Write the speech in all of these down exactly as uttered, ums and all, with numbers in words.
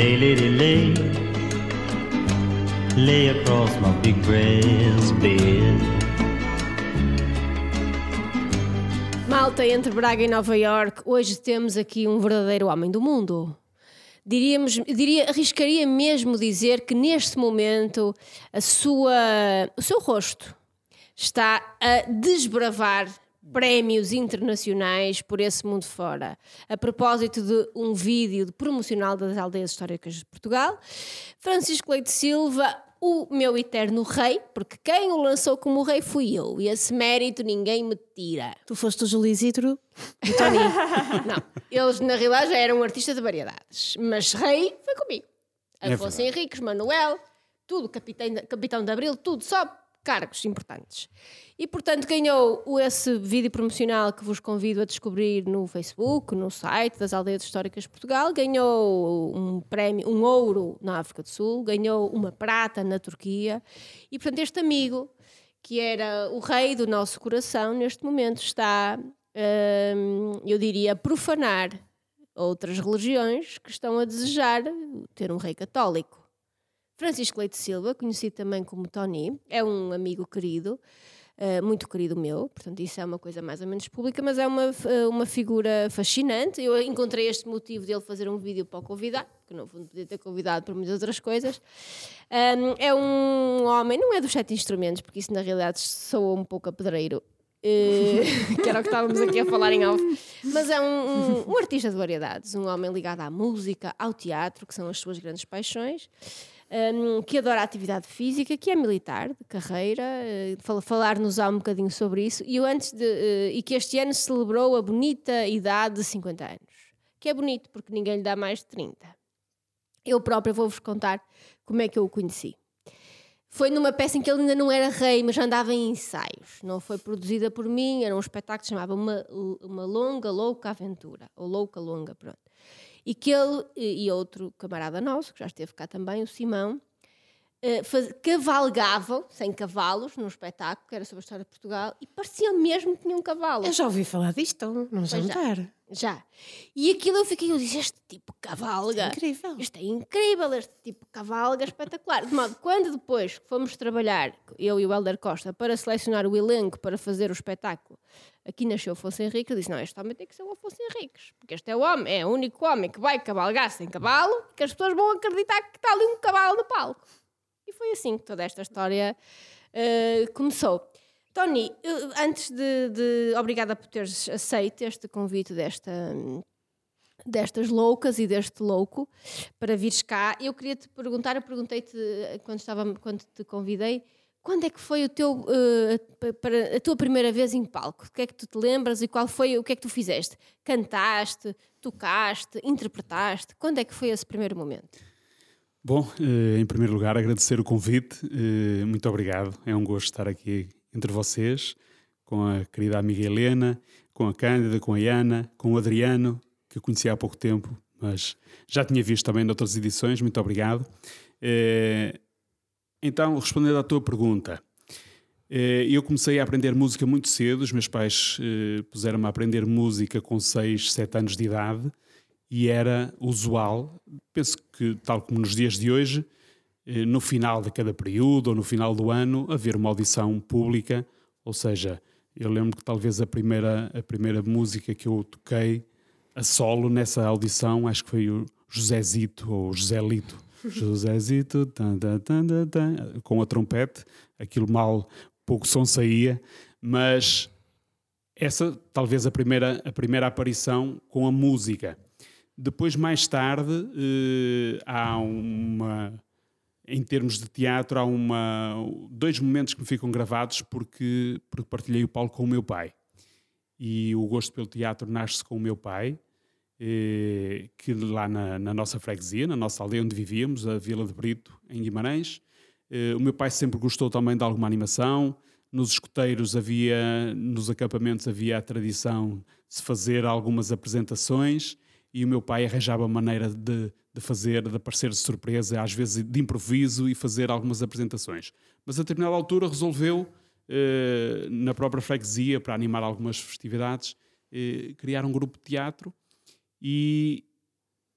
Lay, lady, lay, lay across my big breast bed. Malta, entre Braga e Nova Iorque, hoje temos aqui um verdadeiro homem do mundo. Diríamos, diria, arriscaria mesmo dizer que neste momento a sua, o seu rosto está a desbravar prémios internacionais por esse mundo fora. A propósito de um vídeo de promocional das Aldeias Históricas de Portugal, Francisco Leite Silva, o meu eterno rei, porque quem o lançou como rei fui eu, e esse mérito ninguém me tira. Tu foste o Júlio Isidro e Tony. Não, eles na realidade já eram um artista de variedades, mas rei foi comigo. Afonso é Henriques, Manuel, tudo, capitão, capitão de Abril, tudo, só cargos importantes. E, portanto, ganhou esse vídeo promocional que vos convido a descobrir no Facebook, no site das Aldeias Históricas de Portugal. Ganhou um prémio, um ouro na África do Sul, ganhou uma prata na Turquia. E, portanto, este amigo, que era o rei do nosso coração, neste momento está, hum, eu diria, a profanar outras religiões que estão a desejar ter um rei católico. Francisco Leite Silva, conhecido também como Tony, é um amigo querido, uh, muito querido meu, portanto isso é uma coisa mais ou menos pública, mas é uma, uh, uma figura fascinante. Eu encontrei este motivo dele fazer um vídeo para o convidar, porque não podia ter convidado para muitas outras coisas. Um, é um homem, não é dos sete instrumentos, porque isso na realidade soa um pouco a pedreiro, uh, que era o que estávamos aqui a falar em off, mas é um, um, um artista de variedades, um homem ligado à música, ao teatro, que são as suas grandes paixões. Um, que adora a atividade física, que é militar, de carreira, uh, falar-nos há um bocadinho sobre isso, e, eu antes de, uh, e que este ano celebrou a bonita idade de cinquenta anos, que é bonito porque ninguém lhe dá mais de trinta. Eu própria vou-vos contar como é que eu o conheci. Foi numa peça em que ele ainda não era rei, mas já andava em ensaios. Não foi produzida por mim, era um espetáculo que se chamava Uma, uma Longa Louca Aventura, ou Louca Longa, pronto. E que ele e outro camarada nosso, que já esteve cá também, o Simão, faz, cavalgavam, sem cavalos, num espetáculo que era sobre a história de Portugal, e parecia mesmo que tinha um cavalo. Eu já ouvi falar disto, não jantar. Já, já. E aquilo eu fiquei, eu disse, este tipo cavalga. Isto é incrível. Isto é incrível, este tipo cavalga, espetacular. De modo, quando depois fomos trabalhar, eu e o Hélder Costa, para selecionar o elenco para fazer o espetáculo, aqui nasceu o Afonso Henriques, eu disse, não, este homem tem que ser o Afonso Henriques, porque este é o homem, é o único homem que vai cavalgar sem cavalo, que as pessoas vão acreditar que está ali um cavalo no palco. E foi assim que toda esta história uh, começou. Tony, eu, antes de, de... Obrigada por teres aceito este convite desta, destas loucas e deste louco para vires cá. Eu queria te perguntar, eu perguntei-te quando, estava, quando te convidei, quando é que foi o teu, uh, para, a tua primeira vez em palco? O que é que tu te lembras e qual foi, o que é que tu fizeste? Cantaste, tocaste, interpretaste? Quando é que foi esse primeiro momento? Bom, em primeiro lugar, agradecer o convite. Muito obrigado. É um gosto estar aqui entre vocês, com a querida amiga Helena, com a Cândida, com a Ana, com o Adriano, que eu conheci há pouco tempo, mas já tinha visto também noutras edições. Muito obrigado. Então, respondendo à tua pergunta, eu comecei a aprender música muito cedo. Os meus pais puseram-me a aprender música com seis, sete anos de idade. E era usual, penso que tal como nos dias de hoje, no final de cada período ou no final do ano, haver uma audição pública. Ou seja, eu lembro que talvez a primeira, a primeira música que eu toquei a solo nessa audição, acho que foi o Josézito ou Joselito. Josézito, tan, tan, tan, tan, tan, com a trompete, aquilo mal, pouco som saía, mas essa talvez a primeira, a primeira aparição com a música. Depois, mais tarde, eh, há uma, em termos de teatro, há uma, dois momentos que me ficam gravados porque, porque partilhei o palco com o meu pai. E o gosto pelo teatro nasce com o meu pai, eh, que lá na, na nossa freguesia, na nossa aldeia onde vivíamos, a Vila de Brito, em Guimarães, eh, o meu pai sempre gostou também de alguma animação. Nos escoteiros havia, nos acampamentos havia a tradição de se fazer algumas apresentações. E o meu pai arranjava maneira de, de fazer, de aparecer de surpresa, às vezes de improviso, e fazer algumas apresentações. Mas a determinada altura resolveu, eh, na própria freguesia, para animar algumas festividades, eh, criar um grupo de teatro. E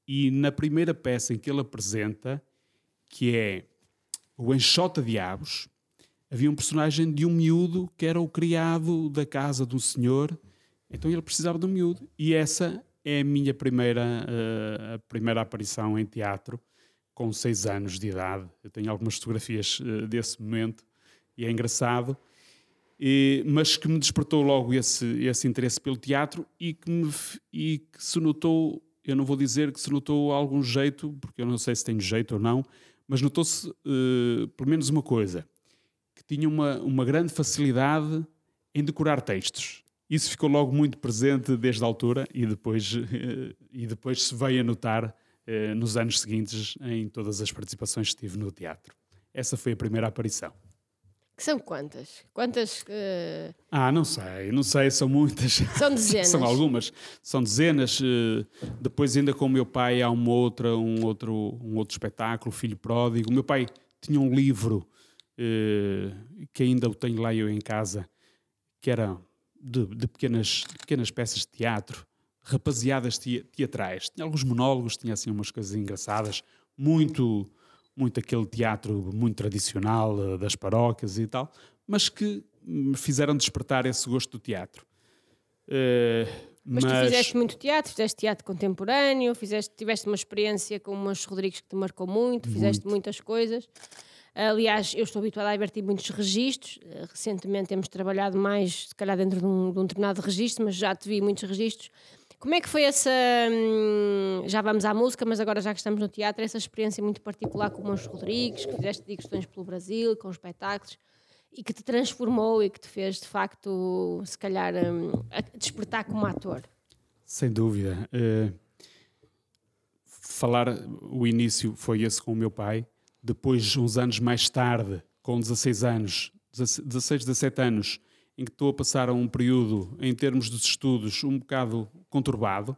E na primeira peça em que ele apresenta, que é o Enxota Diabos, havia um personagem de um miúdo que era o criado da casa do senhor, então ele precisava de um miúdo. E essa é a minha primeira, uh, a primeira aparição em teatro, com seis anos de idade. Eu tenho algumas fotografias uh, desse momento e é engraçado, e, mas que me despertou logo esse, esse interesse pelo teatro e que, me, e que se notou, eu não vou dizer que se notou algum jeito, porque eu não sei se tenho jeito ou não, mas notou-se uh, pelo menos uma coisa, que tinha uma, uma grande facilidade em decorar textos. Isso ficou logo muito presente desde a altura e depois, e depois se veio a notar eh, nos anos seguintes em todas as participações que tive no teatro. Essa foi a primeira aparição. Que são quantas? Quantas? Uh... Ah, não sei, não sei, são muitas. São dezenas. São algumas, são dezenas. Depois ainda com o meu pai há uma outra, um, outro, um outro espetáculo, Filho Pródigo. O meu pai tinha um livro eh, que ainda o tenho lá eu em casa, que era... De, de, pequenas, de pequenas peças de teatro, rapaziadas teatrais. Tinha alguns monólogos, tinha assim umas coisas engraçadas, muito, muito aquele teatro muito tradicional das paróquias e tal, mas que me fizeram despertar esse gosto do teatro. Uh, mas, mas tu fizeste muito teatro, fizeste teatro contemporâneo, fizeste, tiveste uma experiência com o Mancho Rodrigues que te marcou muito, fizeste muito. muitas coisas. Aliás, eu estou habituada a ver muitos registros. Recentemente temos trabalhado mais, se calhar, dentro de um, de um determinado registro, mas já te vi muitos registros. Como é que foi essa... Hum, já vamos à música, mas agora já que estamos no teatro, essa experiência muito particular com o Mancho Rodrigues, que fizeste digressões pelo Brasil, com espetáculos, e que te transformou e que te fez, de facto, se calhar, hum, despertar como ator? Sem dúvida. Uh, falar... O início foi esse com o meu pai. Depois, uns anos mais tarde, com dezasseis anos, dezasseis, dezassete anos, em que estou a passar a um período, em termos dos estudos, um bocado conturbado,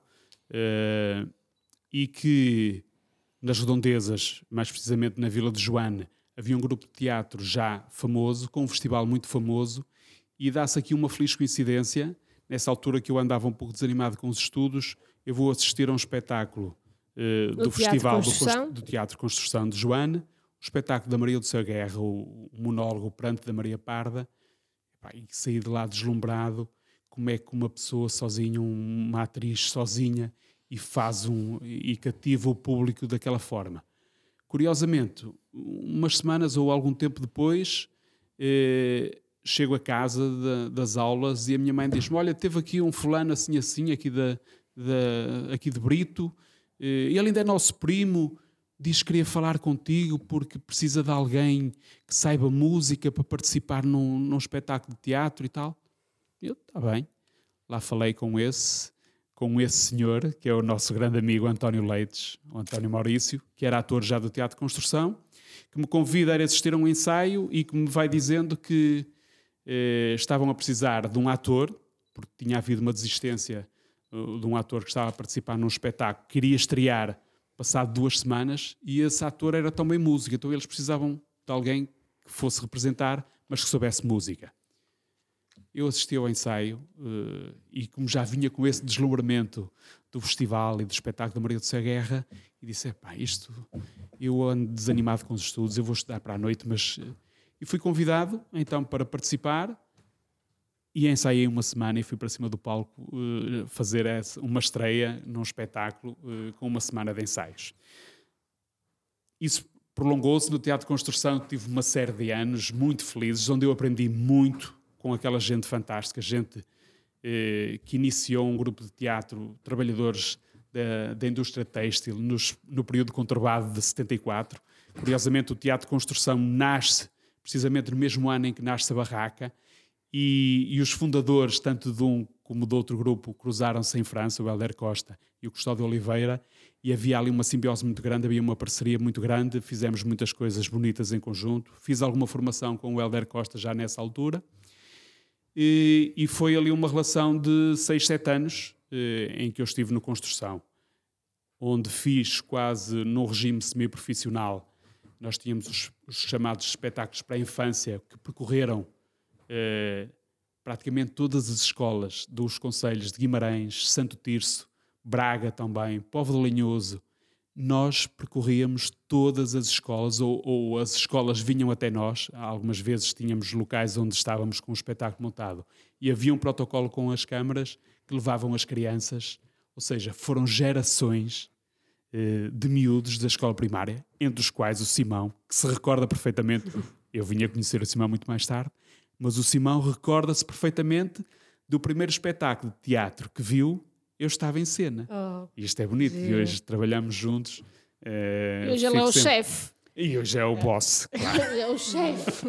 uh, e que nas redondezas, mais precisamente na Vila de Joane, havia um grupo de teatro já famoso, com um festival muito famoso, e dá-se aqui uma feliz coincidência. Nessa altura que eu andava um pouco desanimado com os estudos, eu vou assistir a um espetáculo uh, do Festival do, do Teatro Construção de Joane, o espetáculo da Maria do Céu Guerra, o, o monólogo o Pranto da Maria Parda, e saí de lá deslumbrado, como é que uma pessoa sozinha, uma atriz sozinha, e faz um, e cativa o público daquela forma. Curiosamente, umas semanas ou algum tempo depois, eh, chego a casa de, das aulas e a minha mãe diz-me: olha, teve aqui um fulano assim assim, aqui, da, da, aqui de Brito, eh, ele ainda é nosso primo, diz que queria falar contigo porque precisa de alguém que saiba música para participar num, num espetáculo de teatro e tal. Eu, está bem. Lá falei com esse, com esse senhor, que é o nosso grande amigo António Leites, o António Maurício, que era ator já do Teatro de Construção, que me convida a assistir a um ensaio e que me vai dizendo que eh, estavam a precisar de um ator, porque tinha havido uma desistência uh, de um ator que estava a participar num espetáculo que queria estrear passado duas semanas, e esse ator era também músico, então eles precisavam de alguém que fosse representar, mas que soubesse música. Eu assisti ao ensaio uh, e como já vinha com esse deslumbramento do festival e do espetáculo da Maria do Céu Guerra, e disse, pá, isto, eu ando desanimado com os estudos, eu vou estudar para a noite, mas... Uh, e fui convidado, então, para participar, e ensaiei uma semana e fui para cima do palco uh, fazer essa, uma estreia num espetáculo uh, com uma semana de ensaios. Isso prolongou-se no Teatro de Construção, tive uma série de anos muito felizes, onde eu aprendi muito com aquela gente fantástica, gente eh, que iniciou um grupo de teatro, trabalhadores da, da indústria têxtil, nos, no período conturbado de setenta e quatro. Curiosamente, o Teatro de Construção nasce precisamente no mesmo ano em que nasce a Barraca, e, e os fundadores, tanto de um como do outro grupo, cruzaram-se em França, o Helder Costa e o Custódio Oliveira, e havia ali uma simbiose muito grande, havia uma parceria muito grande, fizemos muitas coisas bonitas em conjunto. Fiz alguma formação com o Helder Costa já nessa altura, e, e foi ali uma relação de seis, sete anos eh, em que eu estive no Construção, onde fiz quase no regime semi-profissional. Nós tínhamos os, os chamados espetáculos para a infância, que percorreram eh, praticamente todas as escolas dos concelhos de Guimarães, Santo Tirso, Braga também, Povo de Linhoso, nós percorríamos todas as escolas, ou, ou as escolas vinham até nós. Algumas vezes tínhamos locais onde estávamos com o espetáculo montado e havia um protocolo com as câmaras que levavam as crianças, ou seja, foram gerações eh, de miúdos da escola primária, entre os quais o Simão, que se recorda perfeitamente, eu vim a conhecer o Simão muito mais tarde, mas o Simão recorda-se perfeitamente do primeiro espetáculo de teatro que viu. Eu estava em cena. Oh, e isto é bonito. E hoje trabalhamos juntos. eh, e hoje ele é fico o sempre- chefe. E hoje é o boss, claro. É o chefe.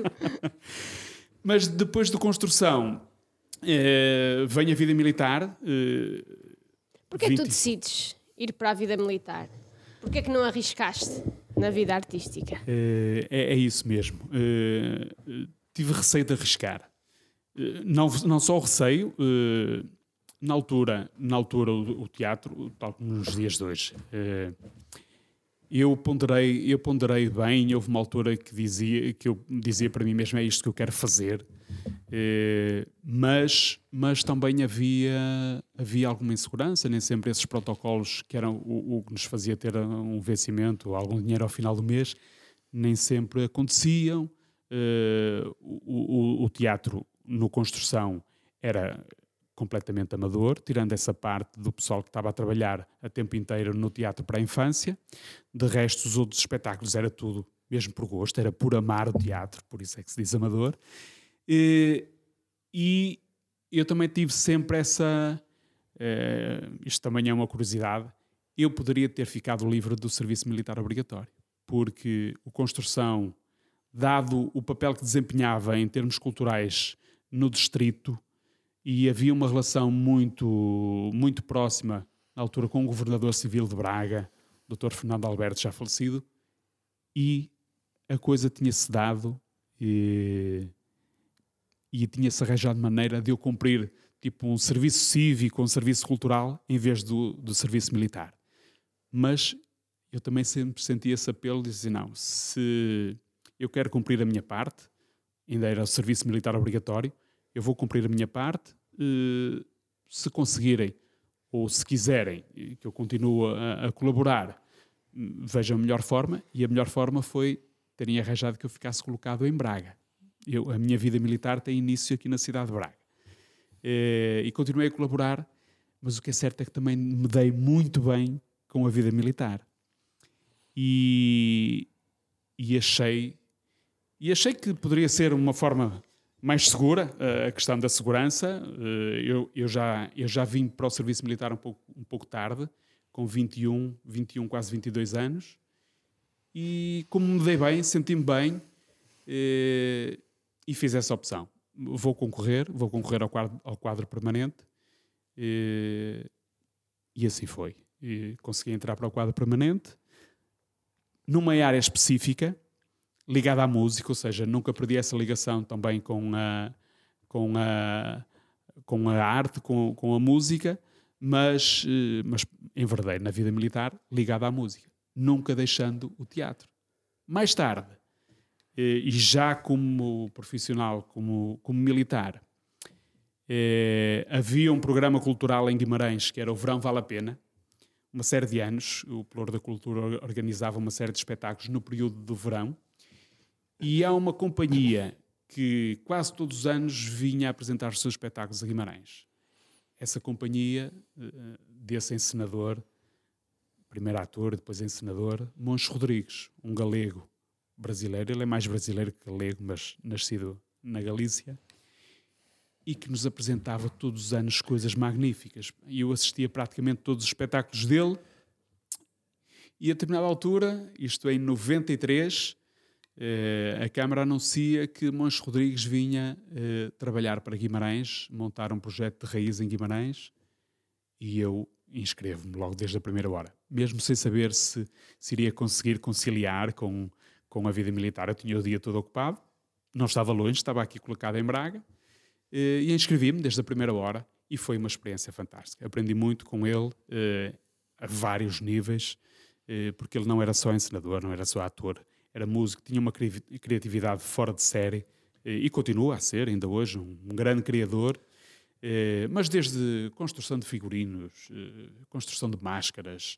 Mas depois de construção, eh, vem a vida militar. eh, Porquê é que tu vinte decides ir para a vida militar? Porquê é que não arriscaste na vida artística? Eh, é, é isso mesmo. Eh, eh, tive receio de arriscar. Eh, não, não só o receio, eh, na altura, na altura o, o teatro, tal como nos dias de hoje, eh, eu ponderei, eu ponderei bem. Houve uma altura que, dizia, que eu dizia para mim mesmo: é isto que eu quero fazer. Eh, mas, mas também havia, havia alguma insegurança, nem sempre esses protocolos que eram o, o que nos fazia ter um vencimento, algum dinheiro ao final do mês, nem sempre aconteciam. Eh, o, o, o teatro no construção era completamente amador, tirando essa parte do pessoal que estava a trabalhar a tempo inteiro no teatro para a infância. De resto, os outros espetáculos era tudo mesmo por gosto, era por amar o teatro, por isso é que se diz amador. E, e eu também tive sempre essa... Eh, isto também é uma curiosidade. Eu poderia ter ficado livre do serviço militar obrigatório, porque o construção, dado o papel que desempenhava em termos culturais no distrito, e havia uma relação muito, muito próxima na altura com o governador civil de Braga, o doutor Fernando Alberto, já falecido, e a coisa tinha-se dado e, e tinha-se arranjado maneira de eu cumprir tipo um serviço cívico, um serviço cultural, em vez do, do serviço militar. Mas eu também sempre senti esse apelo de dizer: não, se eu quero cumprir a minha parte, ainda era o serviço militar obrigatório, eu vou cumprir a minha parte. Eh, se conseguirem, ou se quiserem que eu continue a, a colaborar, vejam a melhor forma. E a melhor forma foi terem arranjado que eu ficasse colocado em Braga. Eu, a minha vida militar tem início aqui na cidade de Braga. Eh, e continuei a colaborar, mas o que é certo é que também me dei muito bem com a vida militar. E, e achei... E achei que poderia ser uma forma mais segura, a questão da segurança. Eu, eu, já, eu já vim para o serviço militar um pouco, um pouco tarde, com vinte e um, vinte e um, quase vinte e dois anos. E como me dei bem, senti-me bem, e fiz essa opção. Vou concorrer, vou concorrer ao quadro, ao quadro permanente. E, e assim foi. E consegui entrar para o quadro permanente, numa área específica, ligada à música, ou seja, nunca perdi essa ligação também com a, com a, com a arte, com, com a música, mas, mas enverdei na vida militar ligada à música, nunca deixando o teatro. Mais tarde, e já como profissional, como, como militar, eh, havia um programa cultural em Guimarães, que era o Verão Vale a Pena. Uma série de anos, o Pelouro da Cultura organizava uma série de espetáculos no período do verão. E há uma companhia que quase todos os anos vinha a apresentar os seus espetáculos a Guimarães. Essa companhia, desse encenador, primeiro ator, depois encenador, Moncho Rodrigues, um galego brasileiro. Ele é mais brasileiro que galego, mas nascido na Galícia. E que nos apresentava todos os anos coisas magníficas. E eu assistia praticamente todos os espetáculos dele. E a determinada altura, isto é em noventa e três... Uh, a Câmara anuncia que Moncho Rodrigues vinha uh, trabalhar para Guimarães, montar um projeto de raiz em Guimarães, e eu inscrevo-me logo desde a primeira hora, mesmo sem saber se, se iria conseguir conciliar com, com a vida militar. Eu tinha o dia todo ocupado, não estava longe, estava aqui colocado em Braga, uh, e inscrevi-me desde a primeira hora, e foi uma experiência fantástica. Aprendi muito com ele, uh, a vários níveis, uh, porque ele não era só encenador, não era só ator, era músico, tinha uma criatividade fora de série, e continua a ser, ainda hoje, um grande criador, mas desde construção de figurinos, construção de máscaras,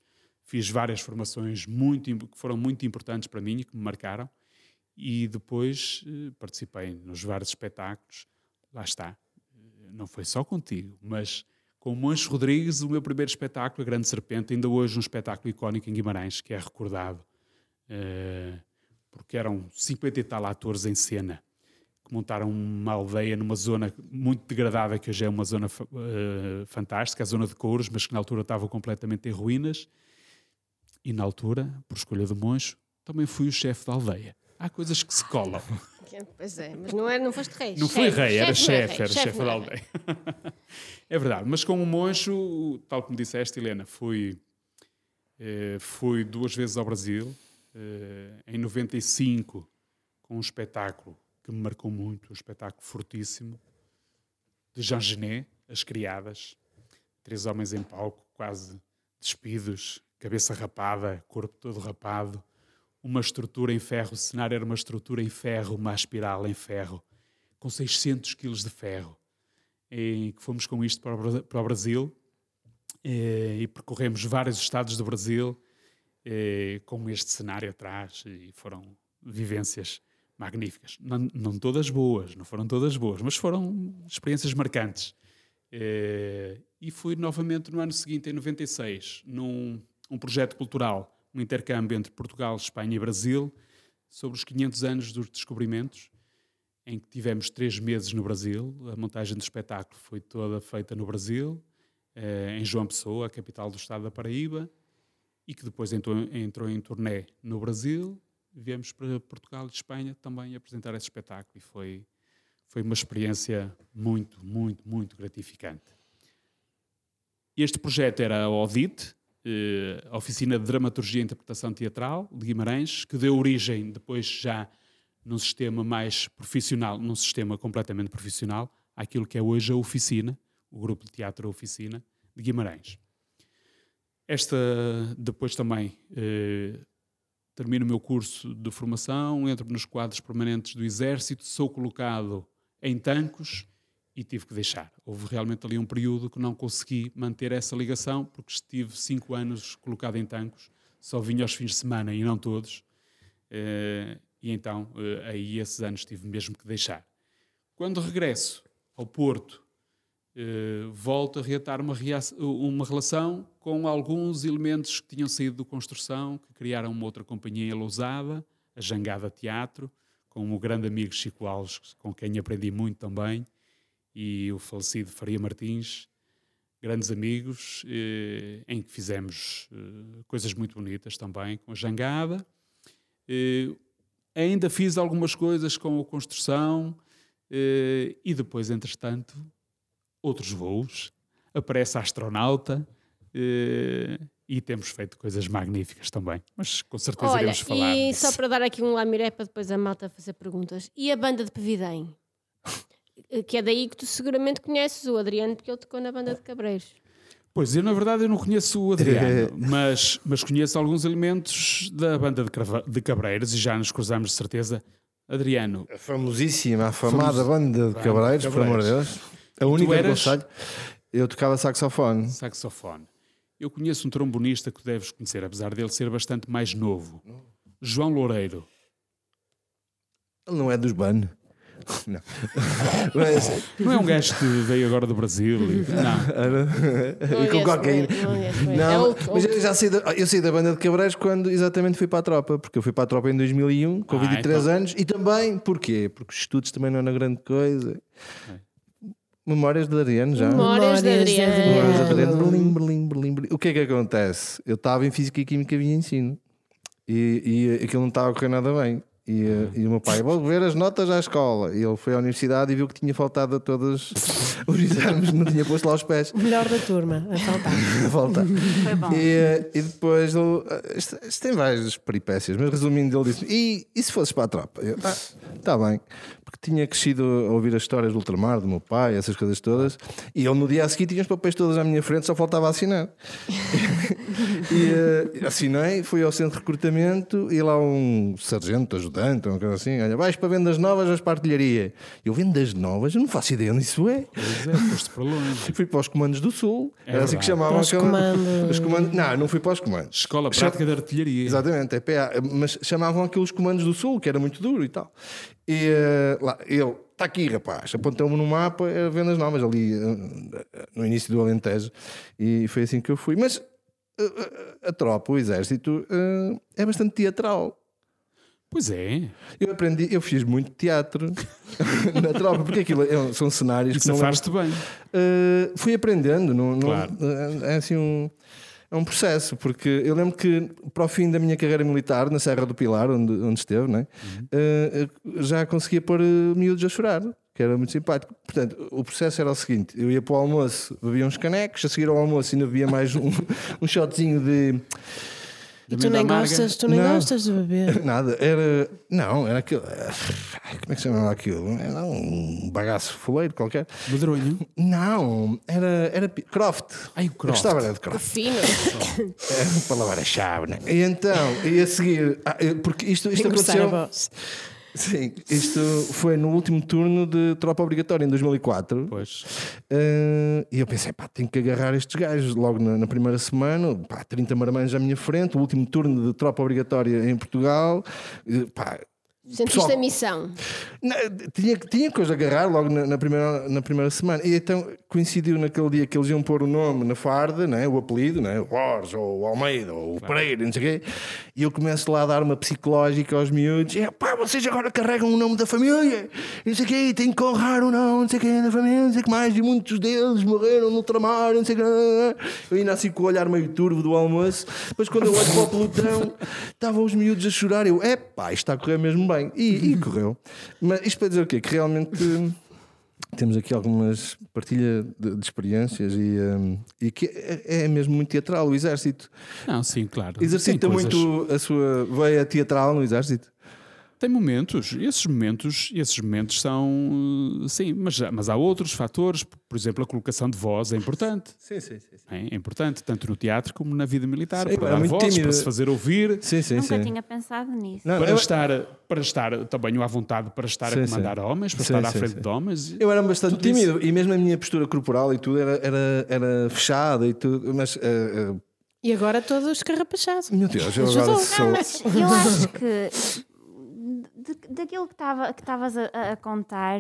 fiz várias formações muito, que foram muito importantes para mim e que me marcaram. E depois eh, participei nos vários espetáculos. Lá está. Não foi só contigo, mas com o Moncho Rodrigues, o meu primeiro espetáculo, A Grande Serpente, ainda hoje um espetáculo icónico em Guimarães, que é recordado, eh, porque eram cinquenta e tal atores em cena, que montaram uma aldeia numa zona muito degradada, que hoje é uma zona uh, fantástica, a zona de Couros, mas que na altura estava completamente em ruínas. E na altura, por escolha do Moncho, também fui o chefe da aldeia. Há coisas que se colam. Pois é, mas não, era, não foste rei. Não fui rei, era chefe, era chefe não da é aldeia. É verdade, mas com o Moncho, tal como disseste, Helena, fui, eh, fui duas vezes ao Brasil, eh, em noventa e cinco, com um espetáculo que me marcou muito, um espetáculo fortíssimo, de Jean Genet, As Criadas, três homens em palco, quase despidos, cabeça rapada, corpo todo rapado, uma estrutura em ferro, o cenário era uma estrutura em ferro, uma espiral em ferro, com seiscentos quilos de ferro. E que fomos com isto para o, para o Brasil e, e percorremos vários estados do Brasil e, com este cenário atrás, e foram vivências magníficas. Não, não todas boas, não foram todas boas, mas foram experiências marcantes. E, e fui novamente no ano seguinte, em noventa e seis, num um projeto cultural, um intercâmbio entre Portugal, Espanha e Brasil, sobre os quinhentos anos dos descobrimentos, em que tivemos três meses no Brasil. A montagem do espetáculo foi toda feita no Brasil, eh, em João Pessoa, a capital do estado da Paraíba, e que depois entrou, entrou em turnê no Brasil. Viemos para Portugal e Espanha também apresentar esse espetáculo, e foi, foi uma experiência muito, muito, muito gratificante. Este projeto era a ODIT, a Oficina de Dramaturgia e Interpretação Teatral de Guimarães, que deu origem depois já num sistema mais profissional, num sistema completamente profissional, àquilo que é hoje a Oficina, o Grupo de Teatro Oficina de Guimarães. Esta, depois também, eh, termino o meu curso de formação, entro nos quadros permanentes do Exército, sou colocado em Tancos, e tive que deixar. Houve realmente ali um período que não consegui manter essa ligação, porque estive cinco anos colocado em Tancos, só vinha aos fins de semana e não todos, e então aí esses anos tive mesmo que deixar. Quando regresso ao Porto, volto a reatar uma, uma relação com alguns elementos que tinham saído de construção, que criaram uma outra companhia em Lousada, a Jangada Teatro, com o grande amigo Chico Alves, com quem aprendi muito também, e o falecido Faria Martins, grandes amigos, eh, em que fizemos eh, coisas muito bonitas também com a Jangada. Eh, ainda fiz algumas coisas com a construção eh, e depois, entretanto, outros voos. Aparece a Astronauta eh, e temos feito coisas magníficas também. Mas com certeza Olha, iremos falar e disso. só para dar aqui um lamiré para depois a malta fazer perguntas. E a banda de Pevidém? Que é daí que tu seguramente conheces o Adriano, porque ele tocou na banda de Cabreiros. Pois, eu na verdade eu não conheço o Adriano, mas, mas conheço alguns elementos da banda de, Crava, de Cabreiros, e já nos cruzamos de certeza. Adriano. A famosíssima, afamada Famos... banda de Cabreiros, Cabreiros, por amor de Deus. A e única eras... que conselho. Eu tocava saxofone. Saxofone. Eu conheço um trombonista que deves conhecer, apesar dele ser bastante mais novo. João Loureiro. Ele não é dos B A N. Não. Mas, não é um gajo que veio agora do Brasil e, não. E com cocaína. Não, não, mas eu já saí da, eu saí da banda de Cabreiros quando exatamente fui para a tropa, porque eu fui para a tropa em dois mil e um com vinte e três ah, então. anos, e também, porquê? Porque os estudos também não eram grande coisa. É. Memórias de Adriano já. Memórias de Adriano. Memórias de Adriano. Berlim, Berlim, Berlim, Berlim. O que é que acontece? Eu estava em Física e Química via ensino e, e aquilo não estava a correr nada bem. E, e o meu pai, vou ver as notas à escola. E ele foi à universidade e viu que tinha faltado a todos os exames, não tinha posto lá os pés. O melhor da turma, a faltar. a faltar. Foi bom. E, e depois, ele, isto, isto tem várias peripécias, mas resumindo, ele disse: E, e se fosses para a tropa? Eu, ah, está bem. Porque tinha crescido a ouvir as histórias do ultramar, do meu pai, essas coisas todas. E ele no dia a seguir tinha os papéis todos à minha frente, só faltava assinar. E uh, assinei, fui ao centro de recrutamento e lá um sargento, ajudante, uma coisa assim, olha, vais para vendas novas, vais para a artilharia. Eu, vendas novas? Eu não faço ideia onde isso é. Pois é, foste para longe. Fui para os comandos do Sul, É era assim que verdade. chamavam. Para os aquela- comandos. os comandos. Não, não fui para os comandos. Escola Prática de Artilharia. Exatamente, é P A, mas chamavam aqueles comandos do Sul, que era muito duro e tal. E uh, lá, ele, está aqui, rapaz, apontou-me no mapa, era vendas novas ali uh, no início do Alentejo, e foi assim que eu fui. Mas uh, uh, a tropa, o exército, uh, é bastante teatral. Pois é. Eu aprendi, eu fiz muito teatro na tropa, porque aquilo é- são cenários E que não safaste bem. Uh, fui aprendendo, não, não- Claro. uh, é assim um, é um processo, porque eu lembro que para o fim da minha carreira militar, na Serra do Pilar, onde, onde esteve, né, uh, uh, já conseguia pôr uh, miúdos a chorar, que era muito simpático. Portanto, o processo era o seguinte: eu ia para o almoço, bebia uns canecos, a seguir ao almoço ainda bebia mais um, um shotzinho de. E tu nem, amarga. gostas, tu nem Não. gostas de beber. Nada, era. Não, era aquilo. Ai, como é que se chamava aquilo? Era um bagaço foleiro qualquer. Medronho. Não, era, era pi- Croft. Ai, o Eu Croft. gostava era de Croft. Fino. Era para lavar a chave, né? E então, e a seguir, ah, eu- porque isto, isto Engrossar a aconteceu. voz. Sim, isto foi no último turno de tropa obrigatória em dois mil e quatro. Pois. Uh, e eu pensei, pá, tenho que agarrar estes gajos logo na, na primeira semana, pá, trinta marmanjos à minha frente, o último turno de tropa obrigatória em Portugal. Uh, pá, Sentiste pessoal- a missão. Não, tinha, tinha que os agarrar logo na, na primeira, na primeira semana. E então coincidiu naquele dia que eles iam pôr o nome na farda, né, o apelido, né, o Borges, ou o Almeida, ou o Pereira, não sei o quê. E eu começo lá a dar uma psicológica aos miúdos. E, pá, vocês agora carregam o nome da família, não sei o quê, têm que honrar o nome, não sei o quê, da família, não sei o que mais. E muitos deles morreram no ultramar, não sei o quê. Eu ainda assim com o olhar meio turvo do almoço. Depois quando eu olho para o pelotão, estavam os miúdos a chorar. Eu, é pá, isto está a correr mesmo bem. E, e correu. Mas isto para dizer o quê? Que realmente temos aqui algumas partilha de, de experiências e, um, e que é, é mesmo muito teatral o exército. Não, sim, claro. Exercita Tem coisas- muito a sua veia teatral no exército. Tem momentos, e esses momentos, esses momentos são, uh, sim, mas, mas há outros fatores, por exemplo, a colocação de voz é importante. Sim, sim, sim. É importante, tanto no teatro como na vida militar, Sim, para era dar muito voz, tímido. para se fazer ouvir, Sim, sim, Nunca sim. tinha pensado nisso. Não, para, eu, estar, para estar também à vontade, para estar Sim, a comandar sim. homens, para Sim, estar à sim, frente sim. de homens. eu era bastante Tudo isso. tímido e mesmo a minha postura corporal e tudo era, era, era fechada e tudo, mas uh, uh, E agora todo escarrapachado. meu Deus, eu Ajudou. agora Não, sou. mas eu acho que de- daquilo que estava que estavas a, a contar,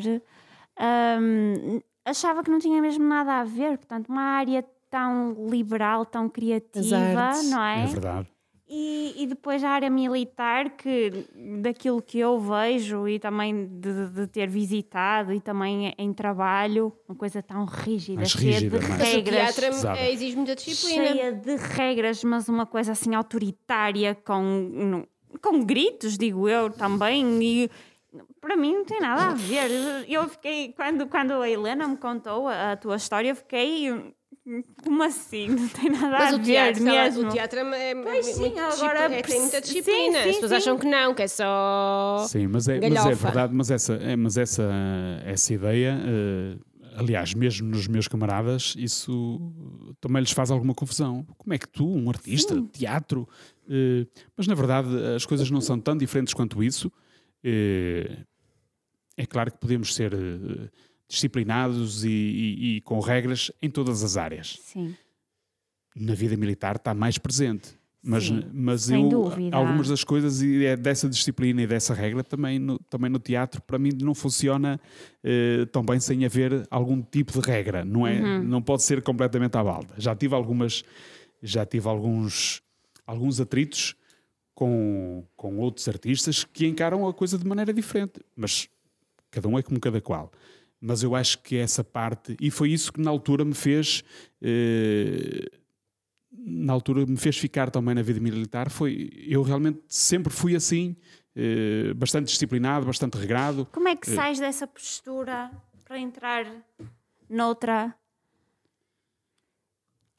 hum, achava que não tinha mesmo nada a ver. Portanto, uma área tão liberal, tão criativa, artes. não é? É verdade. E, e depois a área militar, que daquilo que eu vejo e também de, de ter visitado e também em trabalho, uma coisa tão rígida, Mais cheia rígida, de mais- Mas o regras. teatro Pesada. é- exige muita disciplina. Cheia de regras, mas uma coisa assim autoritária, com, com gritos, digo eu também. E para mim não tem nada a ver. Eu fiquei, quando, quando a Helena me contou a, a tua história, eu fiquei. Como assim? Não tem nada Mas a o ver teatro, sei lá, mesmo. o teatro é, Pois sim, muito agora disciplina, é, tem muita sim, disciplina. sim, As pessoas sim. acham que não, que é só. Sim, mas é, mas é galhofa. verdade, mas essa, é, mas essa, essa ideia, eh, aliás, mesmo nos meus camaradas, isso também lhes faz alguma confusão. Como é que tu, um artista de teatro, eh, mas na verdade as coisas não são tão diferentes quanto isso. Eh, é claro que podemos ser eh, disciplinados e, e- e com regras em todas as áreas. Sim. Na vida militar está mais presente. Mas, Sim, mas sem eu, dúvida. algumas das coisas e é dessa disciplina e dessa regra também no, também no teatro para mim não funciona eh, tão bem sem haver algum tipo de regra, não é? Uhum. Não pode ser completamente à balda. Já tive algumas, já tive alguns, alguns atritos com, com outros artistas que encaram a coisa de maneira diferente, mas cada um é como cada qual. Mas eu acho que essa parte, e foi isso que na altura me fez eh, na altura me fez ficar também na vida militar, foi, eu realmente sempre fui assim, eh, bastante disciplinado, bastante regrado. Como é que sais dessa postura para entrar noutra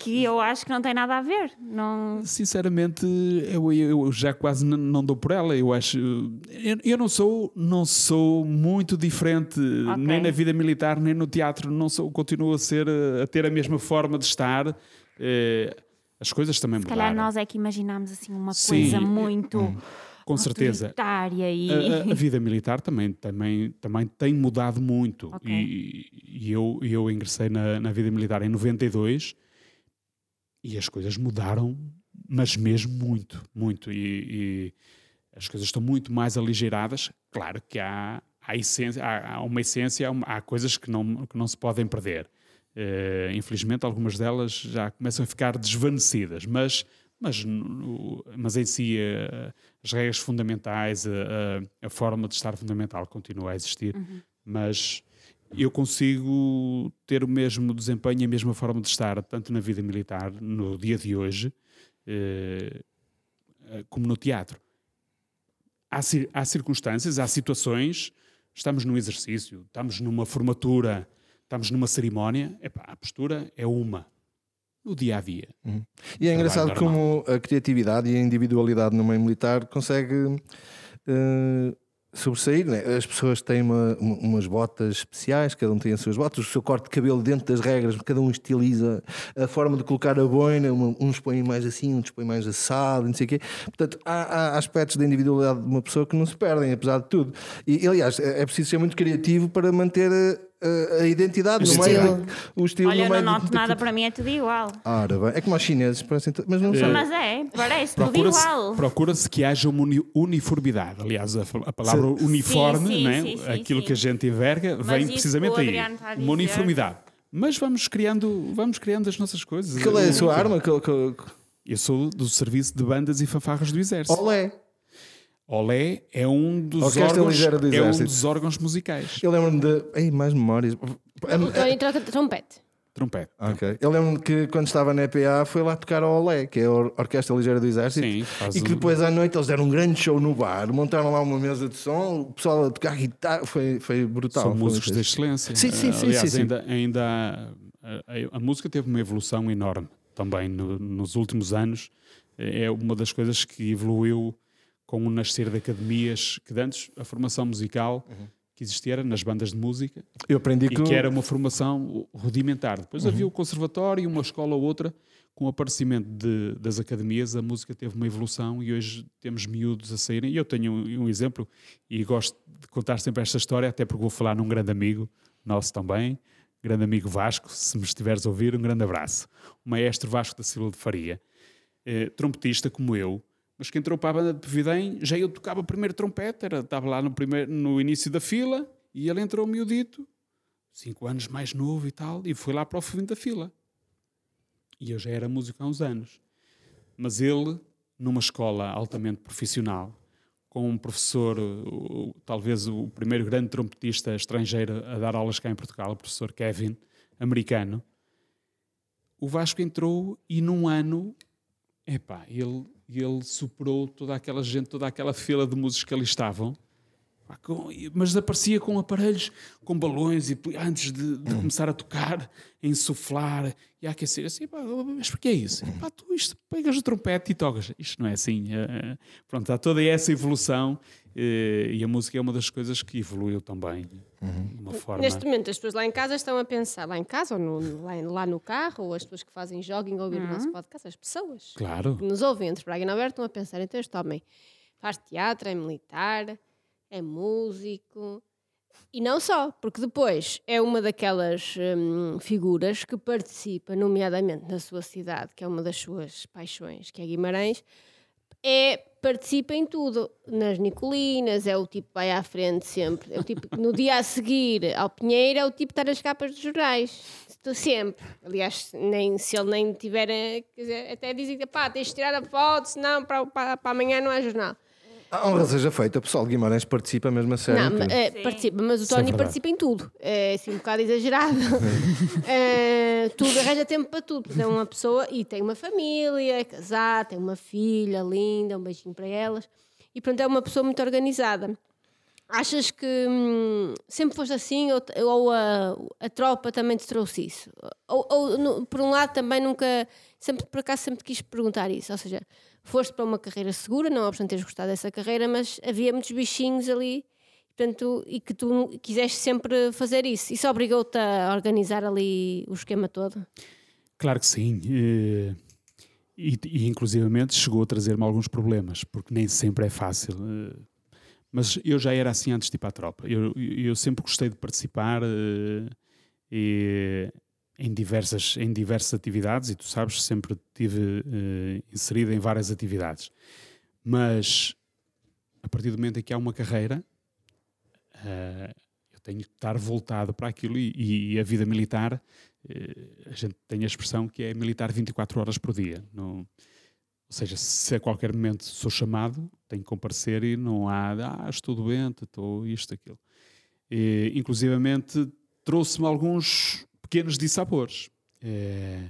que eu acho que não tem nada a ver. Não... Sinceramente, eu, eu já quase n- não dou por ela. Eu acho. Eu, eu não sou, não sou muito diferente, nem na vida militar, nem no teatro. Não sou, continuo a ser, a ter a mesma forma de estar. Eh, as coisas também Se mudaram. calhar nós é que imaginámos assim uma Sim. coisa muito Com certeza. autoritária e... A, a- a vida militar também, também, também tem mudado muito. Ok. E, e eu, eu ingressei na, na vida militar em noventa e dois e as coisas mudaram, mas mesmo muito, muito. E, e as coisas estão muito mais aligeiradas. Claro que há, há, essência, há, há uma essência, há, uma- há coisas que não, que não se podem perder. Eh, infelizmente, algumas delas já começam a ficar desvanecidas, mas. Mas, no- mas em si, eh, as regras fundamentais, a, a- a forma de estar fundamental continua a existir. Mas eu consigo ter o mesmo desempenho e a mesma forma de estar, tanto na vida militar, no dia de hoje, eh, eh, como no teatro. Há, cir- há circunstâncias, há situações, estamos num exercício, estamos numa formatura, estamos numa cerimónia, epá, a postura é uma. No dia a dia. E é engraçado Trabalho normal. como a criatividade e a individualidade no meio militar consegue eh, sobressair, né? As pessoas têm uma- uma- umas botas especiais, cada um tem as suas botas, o seu corte de cabelo dentro das regras, cada um estiliza a forma de colocar a boina, uma- uns põem mais assim, outros põem mais assado, não sei o quê. Portanto, há, há aspectos da individualidade de uma pessoa que não se perdem, apesar de tudo. E, aliás, é é preciso ser muito criativo para manter a, a- a identidade O no meio estilo. de- o estilo Olha, eu no não meio de- noto de- nada, para mim é tudo igual. Ora bem, é como os chineses, parecem, to- mas não são. Mas é, parece tudo Procura-se, igual. procura-se que haja uma uni- uniformidade. Aliás, a, a palavra uniforme, Sim, sim, né? sim, sim, aquilo sim. que a gente enverga, Mas vem isso precisamente que o aí. Adriano está a dizer- Uma uniformidade. Mas vamos criando, vamos criando as nossas coisas. Qual é a Eu- sua arma? Que- que- Eu sou do serviço de bandas e fanfarras do Exército. Olé! Olé é um dos Orquestra órgãos, Ligeira do é um Exército. dos órgãos musicais. Eu lembro-me de. Ei, mais memórias. O Tony troca trompete. Trompete. Ok. Eu lembro-me que quando estava na E P A foi lá tocar ao Olé, que é a Or- Orquestra Ligeira do Exército. Sim, faz e que um- depois à noite eles deram um grande show no bar, montaram lá uma mesa de som, o pessoal a tocar guitarra, foi, foi brutal. São foi músicos muito de fixe. excelência. Sim, sim, sim, Aliás, sim, sim. ainda, ainda há- a, a música teve uma evolução enorme também no- nos últimos anos. É uma das coisas que evoluiu com o nascer de academias, que de antes a formação musical que existia era nas bandas de música Eu aprendi e que. que era uma formação rudimentar. Depois havia o conservatório, uma escola ou outra. Com o aparecimento de- das academias, a música teve uma evolução e hoje temos miúdos a saírem. E eu tenho um, um exemplo e gosto de contar sempre esta história, até porque vou falar num grande amigo nosso também, grande amigo Vasco, se me estiveres a ouvir, um grande abraço. O maestro Vasco da Silva de Faria, eh, trompetista como eu, mas que entrou para a banda de Pevidém, já eu tocava o primeiro trompete, era, estava lá no, primeiro, no início da fila, e ele entrou miudito, cinco anos mais novo e tal, e foi lá para o fim da fila. E eu já era músico há uns anos. Mas ele, numa escola altamente profissional, com um professor, o- talvez o primeiro grande trompetista estrangeiro a dar aulas cá em Portugal, o professor Kevin, americano, o Vasco entrou e num ano, epá, ele, ele superou toda aquela gente, toda aquela fila de músicos que ali estavam, pá, com- mas aparecia com aparelhos, com balões, e antes de, de começar a tocar, a insuflar e a aquecer, assim, pá, mas porquê é isso? Pá, tu isto, pegas o trompete e tocas. Isto não é assim. eh, pronto, há toda essa evolução eh, e a música é uma das coisas que evoluiu também, de uma forma... Neste momento, as pessoas lá em casa estão a pensar, lá em casa, ou no- lá, lá no carro, ou as pessoas que fazem jogging ou ouvir o nosso podcast, as pessoas Claro. que nos ouvem entre Braga e Nova Iorque estão a pensar, então este homem faz teatro, é militar, é músico, e não só, porque depois é uma daquelas hum, figuras que participa, nomeadamente na sua cidade, que é uma das suas paixões, que é Guimarães, é, participa em tudo, nas Nicolinas, é o tipo que vai à frente sempre, é o tipo que no dia a seguir ao Pinheiro é o tipo que está nas capas dos jornais, estou sempre, aliás, nem, se ele nem tiver, eh, quer dizer, até dizem, pá, tens de tirar a foto, senão para, para, para amanhã não há jornal. A honra seja feita, o pessoal de Guimarães participa mesmo a sério. Não, tudo. mas, eh, Sim. participa, mas o Isso é Tony verdade. participa em tudo. É assim um bocado exagerado. Eh, tudo, arranja tempo para tudo. Porque é uma pessoa e tem uma família, é casado, tem uma filha linda, um beijinho para elas. E pronto, é uma pessoa muito organizada. Achas que hum, sempre foste assim ou, ou a, a tropa também te trouxe isso? Ou, ou no, por um lado também nunca, sempre por acaso sempre te quis perguntar isso, ou seja, foste para uma carreira segura, não obstante teres gostado dessa carreira, mas havia muitos bichinhos ali, portanto, e que tu quiseste sempre fazer isso. Isso obrigou-te a organizar ali o esquema todo? Claro que sim. E, e, e inclusivamente chegou a trazer-me alguns problemas, porque nem sempre é fácil. Mas eu já era assim antes de ir para a tropa. Eu, eu sempre gostei de participar uh, e, em, diversas, em diversas atividades, e tu sabes, sempre estive uh, inserido em várias atividades. Mas a partir do momento em que há uma carreira, uh, eu tenho que estar voltado para aquilo e, e a vida militar, uh, a gente tem a expressão que é militar vinte e quatro horas por dia. Não... Ou seja, se a qualquer momento sou chamado, tenho que comparecer e não há, ah, estou doente, estou isto, aquilo. E, inclusivamente, trouxe-me alguns pequenos dissabores. É,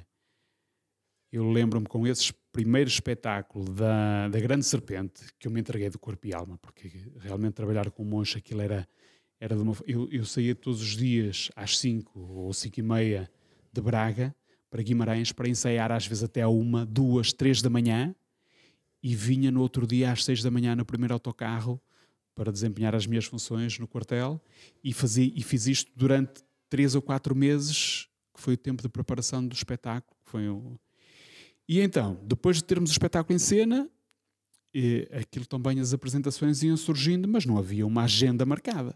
eu lembro-me com esse primeiro espetáculo da, da Grande Serpente, que eu me entreguei de corpo e alma, porque realmente trabalhar com monge, aquilo era, era de uma... Eu, eu saía todos os dias às cinco ou cinco e meia de Braga, para Guimarães, para ensaiar às vezes até à uma, duas, três da manhã, e vinha no outro dia às seis da manhã no primeiro autocarro para desempenhar as minhas funções no quartel, e, fazia, e fiz isto durante três ou quatro meses, que foi o tempo de preparação do espetáculo. Foi o... E então, depois de termos o espetáculo em cena, eh, aquilo também, as apresentações iam surgindo, mas não havia uma agenda marcada.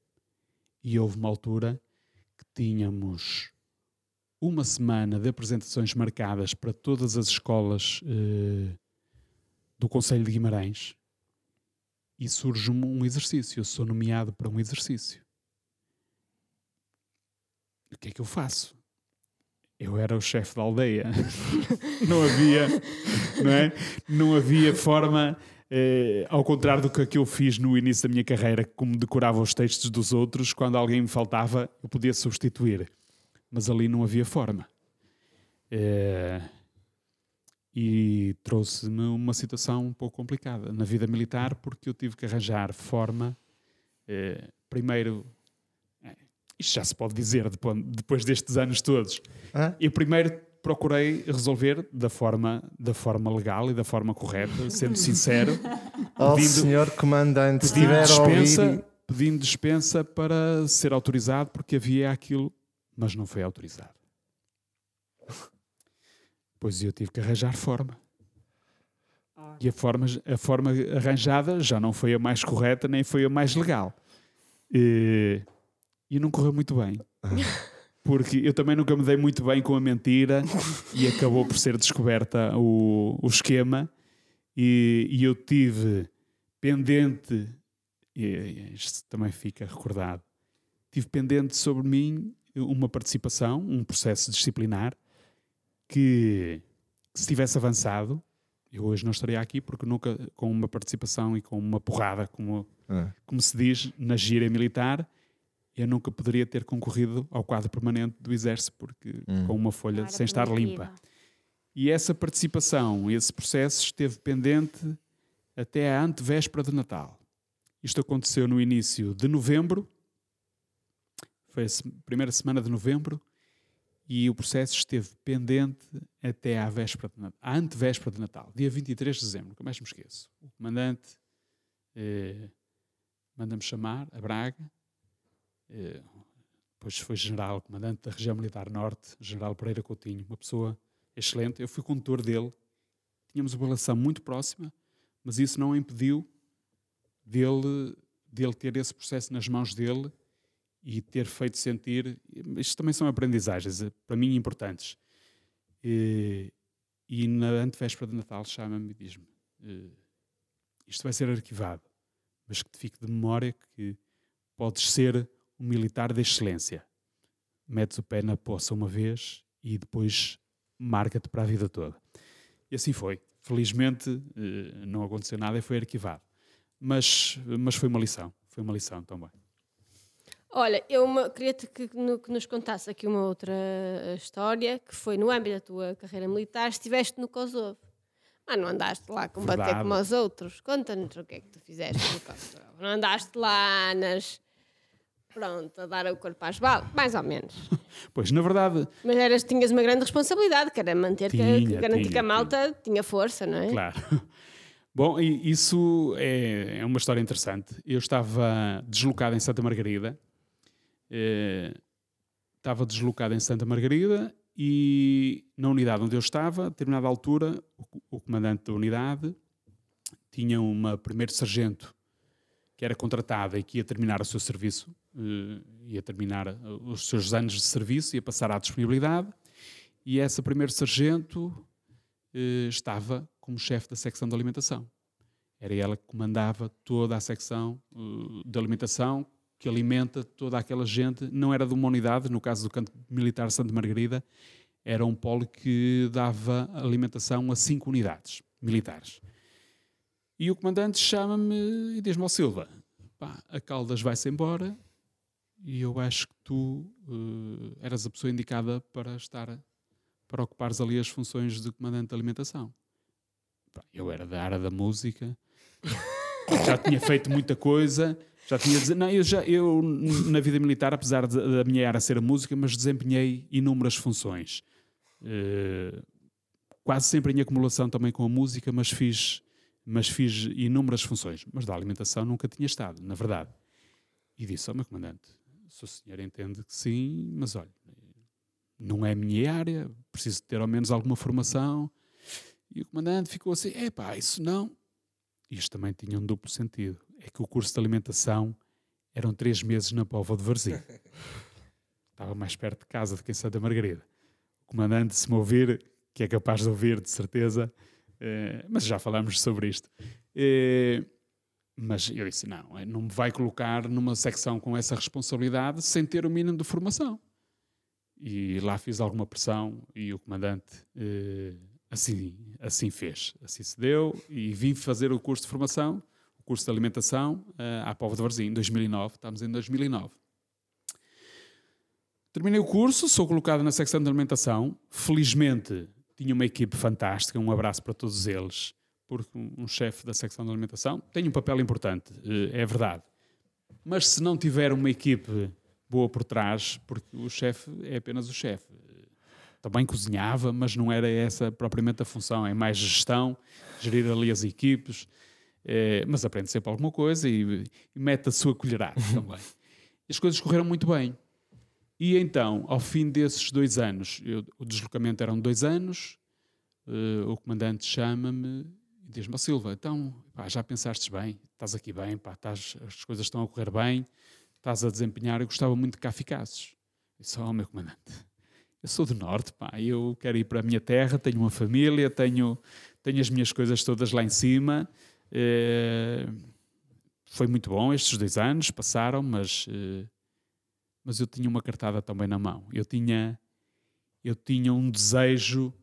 E houve uma altura que tínhamos uma semana de apresentações marcadas para todas as escolas eh, do Concelho de Guimarães, e surge um, um exercício. Eu sou nomeado para um exercício. O que é que eu faço? Eu era o chefe da aldeia. Não havia, não é? Não havia forma, eh, ao contrário do que, que eu fiz no início da minha carreira, como decorava os textos dos outros, quando alguém me faltava, eu podia substituir. Mas ali não havia forma. É... E trouxe-me uma situação um pouco complicada na vida militar, porque eu tive que arranjar forma. É... Primeiro, é... isto já se pode dizer depois, depois destes anos todos. Hã? Eu primeiro procurei resolver da forma, da forma legal e da forma correta, sendo sincero. Ó pedindo, senhor comandante, se pedindo tiver a dispensa, ouvir... pedindo dispensa para ser autorizado, porque havia aquilo... Mas não foi autorizado. Pois eu tive que arranjar forma. E a forma, a forma arranjada já não foi a mais correta, nem foi a mais legal. E, e não correu muito bem. Porque eu também nunca me dei muito bem com a mentira, e acabou por ser descoberta o, o esquema. E, e eu tive pendente, e isto também fica recordado, tive pendente sobre mim uma participação, um processo disciplinar que, que se tivesse avançado, eu hoje não estaria aqui, porque nunca, com uma participação e com uma porrada, como, é. como se diz na gíria militar, eu nunca poderia ter concorrido ao quadro permanente do Exército, porque hum. com uma folha sem estar limpa. E essa participação, esse processo esteve pendente até a antevéspera de Natal. Isto aconteceu no início de novembro, foi a primeira semana de novembro, e o processo esteve pendente até à véspera de Natal, à antevéspera de Natal, dia vinte e três de dezembro, nunca mais me esqueço. O comandante eh, manda-me chamar a Braga, eh, depois foi general, comandante da região militar norte, general Pereira Coutinho, uma pessoa excelente. Eu fui condutor dele, tínhamos uma relação muito próxima, mas isso não impediu dele, dele ter esse processo nas mãos dele e ter feito sentir... Isto também são aprendizagens, para mim, importantes. E, e na antevéspera de Natal chama-me e diz-me: isto vai ser arquivado, mas que te fique de memória que podes ser um militar de excelência. Metes o pé na poça uma vez e depois marca-te para a vida toda. E assim foi. Felizmente não aconteceu nada e foi arquivado. Mas, mas foi uma lição. Foi uma lição também. Olha, eu uma, queria-te que, que nos contasse aqui uma outra história, que foi no âmbito da tua carreira militar, estiveste no Kosovo. Ah, não andaste lá a combater Verdade. como os outros? Conta-nos o que é que tu fizeste no Costela. Não andaste lá nas... Pronto, a dar o corpo às balas? Mais ou menos. Pois, na verdade, Mas eras, tinhas uma grande responsabilidade, que era manter, que, Tinha, que garantir tinha, que a malta tinha força, não é? claro. Bom, e isso é, é uma história interessante. Eu estava deslocado em Santa Margarida. eh, estava deslocado em Santa Margarida e na unidade onde eu estava, a determinada altura, o, o comandante da unidade tinha uma primeiro-sargento que era contratada e que ia terminar o seu serviço, eh, ia terminar os seus anos de serviço, ia passar à disponibilidade, e essa primeiro-sargento eh, estava como chefe da secção de alimentação. Era ela que comandava toda a secção uh, de alimentação, que alimenta toda aquela gente. Não era de uma unidade, no caso do Campo Militar Santa Margarida, era um polo que dava alimentação a cinco unidades militares. E o comandante chama-me e diz-me: ó Silva, pá, a Caldas vai-se embora e eu acho que tu uh, eras a pessoa indicada para estar, para ocupares ali as funções de comandante de alimentação. Pá, eu era da área da música, já tinha feito muita coisa, já tinha dizer, não, eu já eu na vida militar, apesar de, da minha área ser a música, mas desempenhei inúmeras funções. Uh, quase sempre em acumulação também com a música, mas fiz mas fiz inúmeras funções, mas da alimentação nunca tinha estado, na verdade. E disse ao meu comandante: se o senhor entende que sim, mas olha, não é a minha área, preciso ter ao menos alguma formação. E o comandante ficou assim: é pá, isso não. Isto também tinha um duplo sentido. É que o curso de alimentação eram três meses na Póvoa de Varzim. Estava mais perto de casa do que em Santa Margarida. O comandante, se me ouvir, que é capaz de ouvir, de certeza, eh, mas já falámos sobre isto. Eh, mas eu disse: não, não me vai colocar numa secção com essa responsabilidade sem ter o mínimo de formação. E lá fiz alguma pressão e o comandante eh, assim, assim fez. Assim se deu e vim fazer o curso de formação, o curso de alimentação, eh, à Póvoa de Varzim, em dois mil e nove. Estamos em dois mil e nove. Terminei o curso, sou colocado na secção de alimentação. Felizmente tinha uma equipe fantástica, um abraço para todos eles, porque um, um chefe da secção de alimentação tem um papel importante, eh, é verdade. Mas se não tiver uma equipe boa por trás, porque o chefe é apenas o chefe. Também cozinhava, mas não era essa propriamente a função, é mais gestão, gerir ali as equipes, é, mas aprende sempre alguma coisa e, e mete a sua colherada também. E as coisas correram muito bem. E então, ao fim desses dois anos, eu, o deslocamento eram dois anos, uh, o comandante chama-me e diz-me: ó Silva, então, pá, já pensaste bem, estás aqui bem, pá, estás, as coisas estão a correr bem, estás a desempenhar, eu gostava muito de cá ficasses. Eu disse: ó meu comandante, eu sou do Norte, pá, eu quero ir para a minha terra, tenho uma família, tenho, tenho as minhas coisas todas lá em cima. Eh, foi muito bom estes dois anos, passaram, mas, eh, mas eu tinha uma cartada também na mão. Eu tinha, eu tinha um desejo,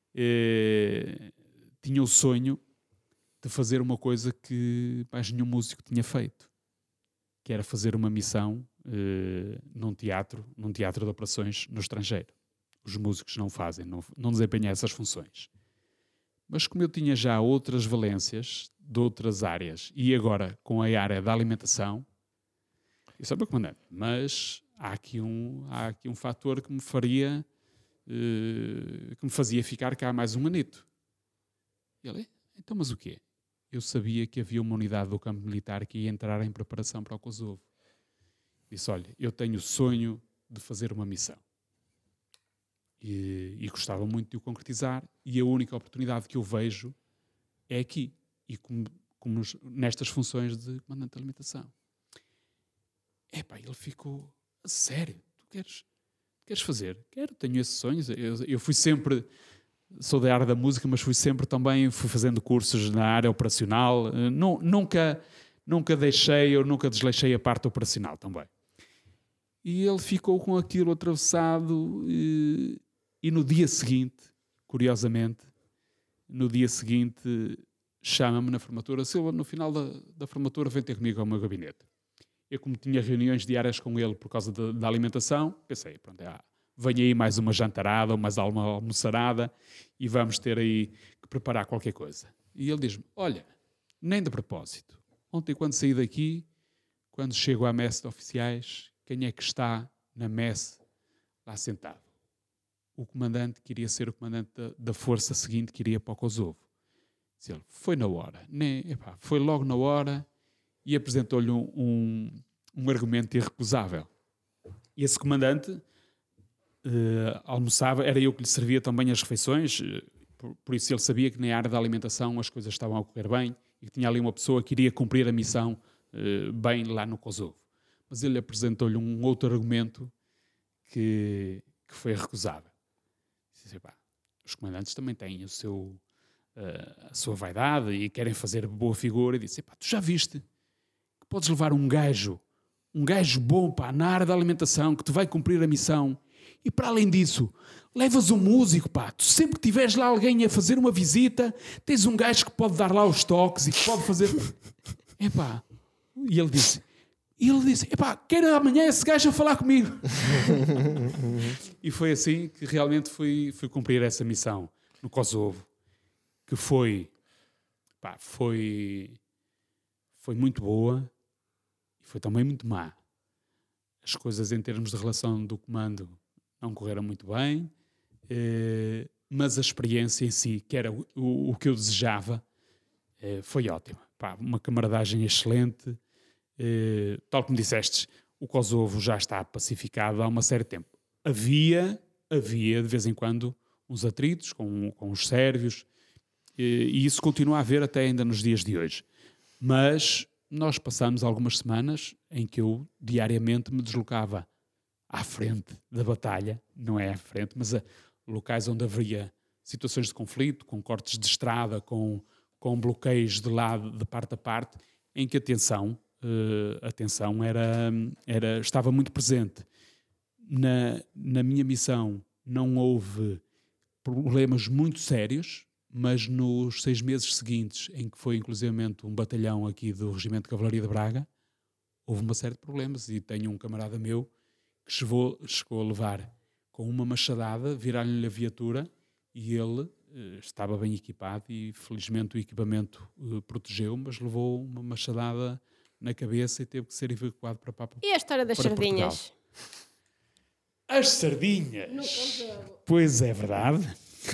eh, tinha o sonho de fazer uma coisa que mais nenhum músico tinha feito, que era fazer uma missão eh, num teatro, num teatro de operações no estrangeiro. Os músicos não fazem, não, não desempenham essas funções. Mas como eu tinha já outras valências de outras áreas e agora com a área da alimentação, eu sou meu comandante, mas há aqui um, há aqui um fator que me faria, eh, que me fazia ficar cá mais um anito. E ele: então, mas o quê? Eu sabia que havia uma unidade do campo militar que ia entrar em preparação para o Kosovo. Disse: olha, eu tenho o sonho de fazer uma missão. E, e gostava muito de o concretizar, e a única oportunidade que eu vejo é aqui, e como, como nos, nestas funções de comandante de alimentação. Epá, ele ficou: a sério, tu queres, queres fazer? Quero, tenho esses sonhos. Eu, eu fui sempre, sou da área da música, mas fui sempre também, fui fazendo cursos na área operacional, não, nunca, nunca deixei, eu nunca desleixei a parte operacional também. E ele ficou com aquilo atravessado e, e no dia seguinte, curiosamente, no dia seguinte chama-me na formatura: Silva, no final da, da formatura vem ter comigo ao meu gabinete. Eu, como tinha reuniões diárias com ele por causa da, da alimentação, pensei: pronto, é, vem aí mais uma jantarada, mais uma almoçarada e vamos ter aí que preparar qualquer coisa. E ele diz-me, olha, nem de propósito. Ontem quando saí daqui, quando chego à messe de oficiais, quem é que está na messe lá sentado? O comandante queria ser o comandante da, da força seguinte que iria para o Kosovo. Diz ele, foi na hora. Nem, epá, foi logo na hora e apresentou-lhe um, um, um argumento irrecusável. E esse comandante uh, almoçava, era eu que lhe servia também as refeições, uh, por, por isso ele sabia que na área da alimentação as coisas estavam a correr bem e que tinha ali uma pessoa que iria cumprir a missão uh, bem lá no Kosovo. Mas ele apresentou-lhe um outro argumento que, que foi recusado. Disse, pá, os comandantes também têm o seu, uh, a sua vaidade e querem fazer boa figura. E disse, pá, tu já viste que podes levar um gajo, um gajo bom, pá, na área da alimentação, que te vai cumprir a missão. E para além disso, levas um músico, pá. Tu sempre que tiveres lá alguém a fazer uma visita, tens um gajo que pode dar lá os toques e que pode fazer... É pá. E ele disse... E ele disse, epá, quero amanhã esse gajo a falar comigo. E foi assim que realmente fui, fui cumprir essa missão no Kosovo, que foi, pá, foi, foi muito boa e foi também muito má. As coisas em termos de relação do comando não correram muito bem, eh, mas a experiência em si, que era o, o, o que eu desejava, eh, foi ótima. Pá, uma camaradagem excelente. Uh, tal como disseste, o Kosovo já está pacificado há uma série de tempo. Havia, havia de vez em quando, uns atritos com, com os sérvios, uh, e isso continua a haver até ainda nos dias de hoje. Mas nós passamos algumas semanas em que eu diariamente me deslocava à frente da batalha, não é à frente, mas a locais onde haveria situações de conflito, com cortes de estrada, com, com bloqueios de lado, de parte a parte, em que a tensão Uh, a tensão era, era, estava muito presente. Na, na minha missão não houve problemas muito sérios, mas nos seis meses seguintes, em que foi inclusivamente um batalhão aqui do Regimento de Cavalaria de Braga, houve uma série de problemas e tenho um camarada meu que chegou, chegou a levar com uma machadada, virar-lhe a viatura e ele uh, estava bem equipado e felizmente o equipamento uh, protegeu, mas levou uma machadada na cabeça e teve que ser evacuado para para E a história das sardinhas? Portugal. As sardinhas! Pois é verdade.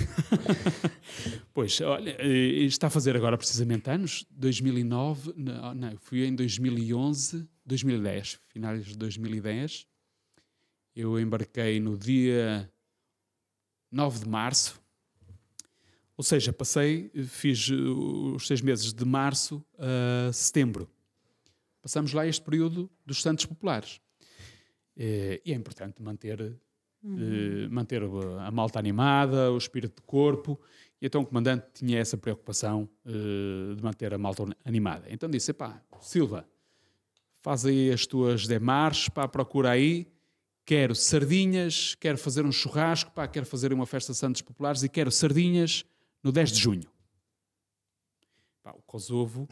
Pois, olha, está a fazer agora precisamente anos, dois mil e nove, não, não, fui em dois mil e onze, dois mil e dez, finais de dois mil e dez. Eu embarquei no dia nove de março, ou seja, passei, fiz os seis meses de março a setembro. Passamos lá este período dos Santos Populares. E é importante manter, uhum. manter a malta animada, o espírito de corpo. E então o comandante tinha essa preocupação de manter a malta animada. Então disse, pá, Silva, faz aí as tuas demarches, pá, procura aí. Quero sardinhas, quero fazer um churrasco, pá, quero fazer uma festa de Santos Populares e quero sardinhas no dez de junho. Pá, o Kosovo...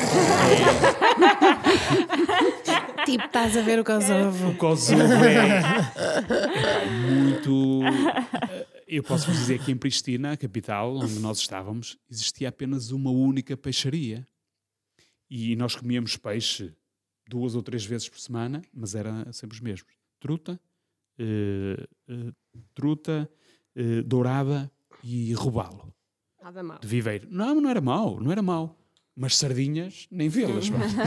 É... tipo, estás a ver o Kosovo. O Kosovo é, é muito... Eu posso vos dizer que em Pristina, a capital, onde nós estávamos, existia apenas uma única peixaria. E nós comíamos peixe duas ou três vezes por semana, mas era sempre os mesmos. Truta, uh, uh, truta, uh, dourada e robalo. Nada mal. De viveiro. Não, não era mau, não era mau. Mas sardinhas, nem vê-las.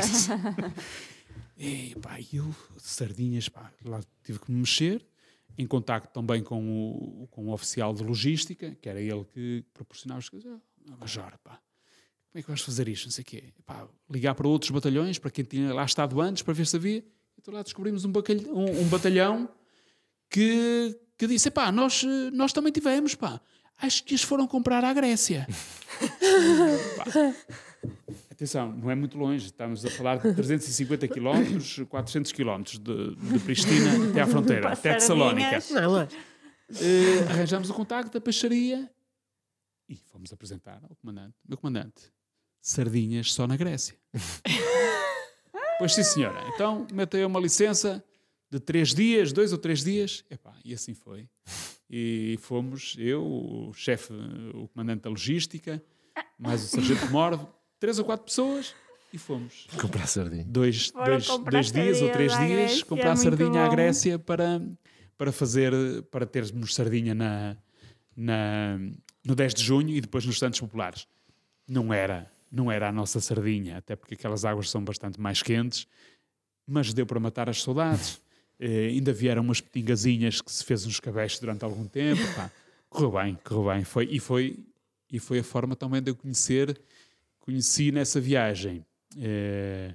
E pá, eu, sardinhas, pá, lá tive que me mexer, em contacto também com o, com o oficial de logística, que era ele que proporcionava as coisas. Ah, Major, pá, como é que vais fazer isto? Não sei o quê. Pá, ligar para outros batalhões, para quem tinha lá estado antes, para ver se havia. Então lá descobrimos um, bacalhão, um, um batalhão que, que disse, pá, nós, nós também tivemos, pá. Acho que as foram comprar à Grécia. Pá, atenção, não é muito longe. Estamos a falar de trezentos e cinquenta quilómetros, quatrocentos quilómetros de, de Pristina até à fronteira, até Tessalónica. Não, uh, arranjamos o contacto da peixaria e fomos apresentar ao comandante. Meu comandante, sardinhas só na Grécia. Pois sim, senhora. Então, mete aí uma licença, de três dias, dois ou três dias. Epá, e assim foi. E fomos, eu, o chefe, o comandante da logística, mais o sargento-mor, três ou quatro pessoas, e fomos. Comprar sardinha. Dois, Foram dois, comprar dois dias ou sardinhas três à dias, Grécia, comprar muito sardinha à bom. Grécia para, para fazer, para termos sardinha na, na, no dez de junho e depois nos Santos Populares. Não era, não era a nossa sardinha, até porque aquelas águas são bastante mais quentes, mas deu para matar as saudades. Eh, ainda vieram umas petingazinhas que se fez uns cabestos durante algum tempo. Pá, correu bem, correu bem. Foi, e, foi, e foi a forma também de eu conhecer, conheci nessa viagem eh,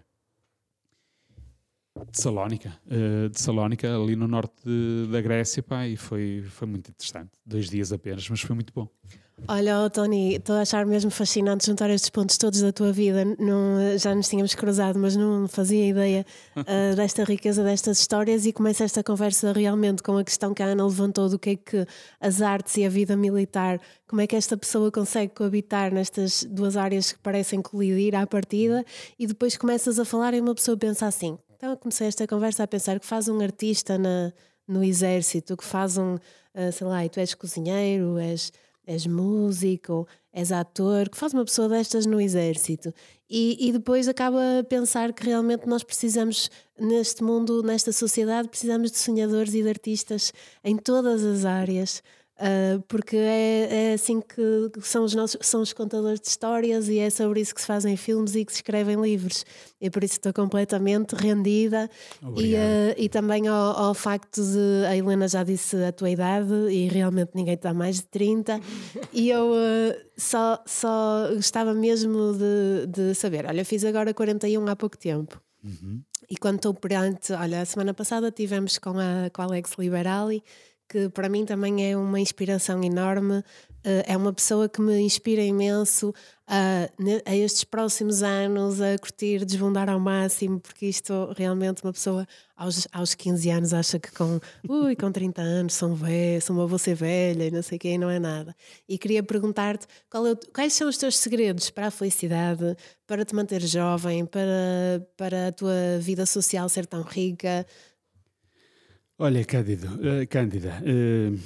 de Salónica, eh, de Salónica, ali no norte de, da Grécia, pá, e foi, foi muito interessante. Dois dias apenas, mas foi muito bom. Olha, oh, Tony, estou a achar mesmo fascinante juntar estes pontos todos da tua vida. Não, já nos tínhamos cruzado, mas não fazia ideia uh, desta riqueza, destas histórias, e começa esta conversa realmente com a questão que a Ana levantou do que é que as artes e a vida militar, como é que esta pessoa consegue coabitar nestas duas áreas que parecem colidir à partida, e depois começas a falar e uma pessoa pensa assim. Então eu comecei esta conversa a pensar que faz um artista na, no exército, que faz um, uh, sei lá, e tu és cozinheiro, és... és músico, és ator, que faz uma pessoa destas no exército, e, e depois acaba a pensar que realmente nós precisamos, neste mundo, nesta sociedade, precisamos de sonhadores e de artistas em todas as áreas, uh, porque é, é assim que são os, nossos, são os contadores de histórias, e é sobre isso que se fazem filmes e que se escrevem livros, e por isso estou completamente rendida. E, uh, e também ao, ao facto de, a Helena já disse a tua idade, e realmente ninguém está mais de trinta, e eu uh, só, só gostava mesmo de, de saber, olha, fiz agora quarenta e um há pouco tempo. Uhum. E quando estou perante, olha, a semana passada tivemos com a, com a Alex Liberali, que para mim também é uma inspiração enorme, é uma pessoa que me inspira imenso a, a estes próximos anos a curtir, desbundar ao máximo, porque isto realmente, uma pessoa aos, aos quinze anos acha que com, ui, com trinta anos sou, velho, sou uma vou ser velha e não sei o que, não é nada. E queria perguntar-te qual é o, quais são os teus segredos para a felicidade, para te manter jovem, para, para a tua vida social ser tão rica. Olha, Cândido, uh, Cândida, uh,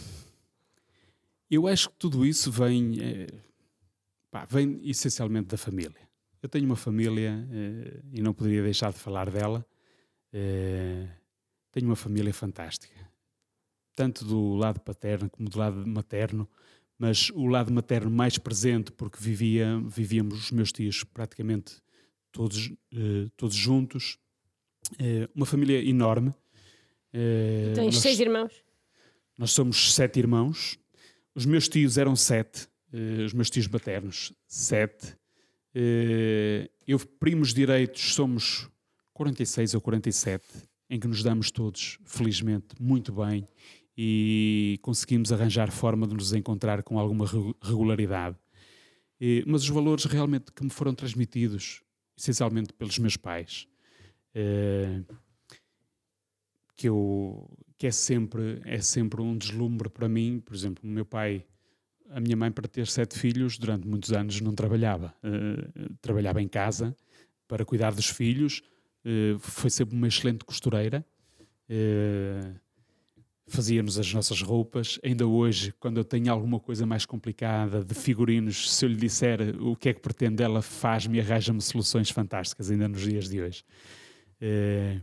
eu acho que tudo isso vem, uh, pá, vem essencialmente da família. Eu tenho uma família uh, e não poderia deixar de falar dela. Uh, tenho uma família fantástica, tanto do lado paterno como do lado materno, mas o lado materno mais presente, porque vivia, vivíamos os meus tios praticamente todos, uh, todos juntos. Uh, uma família enorme. Uh, Tens nós, seis irmãos? Nós somos sete irmãos. Os meus tios eram sete, uh, os meus tios maternos, sete. Uh, eu, primos direitos, somos quarenta e seis ou quarenta e sete, em que nos damos todos, felizmente, muito bem, e conseguimos arranjar forma de nos encontrar com alguma regularidade. Uh, mas os valores realmente que me foram transmitidos, essencialmente pelos meus pais, uh, que, eu, que é, sempre, é sempre um deslumbre para mim. Por exemplo, o meu pai, a minha mãe, para ter sete filhos, durante muitos anos não trabalhava. Uh, trabalhava em casa para cuidar dos filhos. Uh, foi sempre uma excelente costureira. Uh, Fazia-nos as nossas roupas. Ainda hoje, quando eu tenho alguma coisa mais complicada de figurinos, se eu lhe disser o que é que pretende, ela faz-me e arranja-me soluções fantásticas, ainda nos dias de hoje. Uh,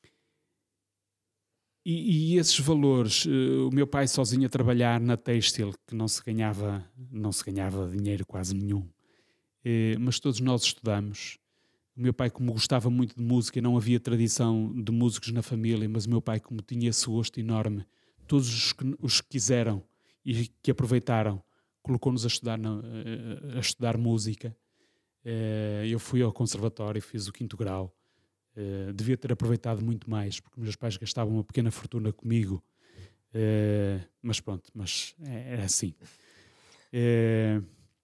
E, e esses valores, uh, o meu pai sozinho a trabalhar na têxtil, que não se ganhava, não se ganhava dinheiro quase nenhum, uh, mas todos nós estudamos. O meu pai, como gostava muito de música, não havia tradição de músicos na família, mas o meu pai, como tinha esse gosto enorme, todos os que, os que quiseram e que aproveitaram, colocou-nos a estudar, na, uh, a estudar música. Uh, eu fui ao conservatório, fiz o quinto grau. Uh, devia ter aproveitado muito mais, porque meus pais gastavam uma pequena fortuna comigo, uh, mas pronto, mas é, é assim. Uh,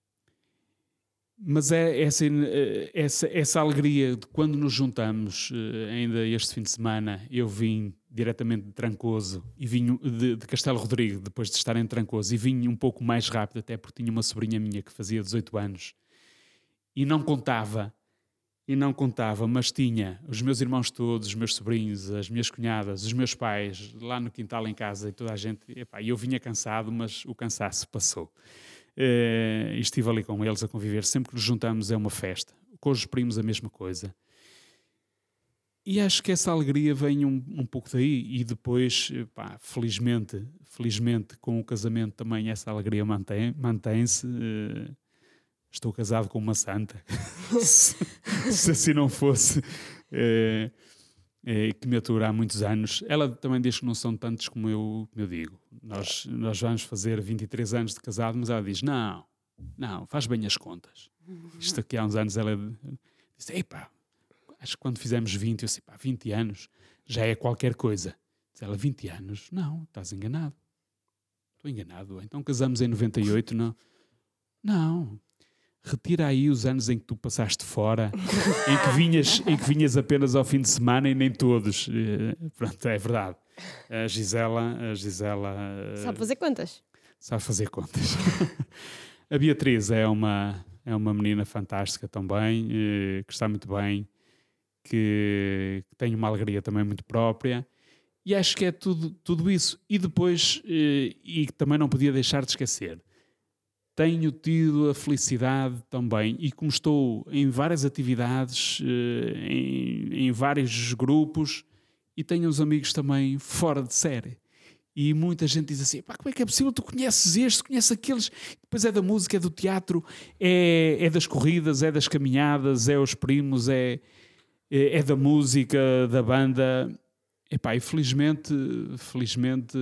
mas é essa, essa, essa alegria de quando nos juntamos, uh, ainda este fim de semana, eu vim diretamente de Trancoso, e vim de, de Castelo Rodrigo, depois de estar em Trancoso, e vim um pouco mais rápido, até porque tinha uma sobrinha minha que fazia dezoito anos, e não contava e não contava, mas tinha os meus irmãos todos, os meus sobrinhos, as minhas cunhadas, os meus pais, lá no quintal em casa, e toda a gente. Epá, eu vinha cansado, mas o cansaço passou. Uh, e estive ali com eles a conviver. Sempre que nos juntamos é uma festa. Com os primos a mesma coisa. E acho que essa alegria vem um, um pouco daí. E depois, pá, felizmente, felizmente, com o casamento também essa alegria mantém, mantém-se. Uh, estou casado com uma santa. se, se assim não fosse, uh, uh, que me atura há muitos anos. Ela também diz que não são tantos como eu, como eu digo. Nós, nós vamos fazer vinte e três anos de casado, mas ela diz, não, não, faz bem as contas. Isto aqui há uns anos ela disse, epá, acho que quando fizemos vinte, eu disse, pá, vinte anos já é qualquer coisa. Diz ela, vinte anos? Não, estás enganado. Estou enganado. Então casamos em noventa e oito, não? Não. Retira aí os anos em que tu passaste fora, em que vinhas, em que vinhas apenas ao fim de semana e nem todos. Pronto, é verdade. A Gisela... A Gisela sabe fazer contas. Sabe fazer contas. A Beatriz é uma, é uma menina fantástica também, que está muito bem, que, que tem uma alegria também muito própria. E acho que é tudo, tudo isso. E depois, e também não podia deixar de esquecer, tenho tido a felicidade também, e como estou em várias atividades, em, em vários grupos, e tenho uns amigos também fora de série. E muita gente diz assim, pá, como é que é possível? Tu conheces este, conheces aqueles, depois é da música, é do teatro, é, é das corridas, é das caminhadas, é os primos, é, é, é da música, da banda. Epá, e felizmente, felizmente,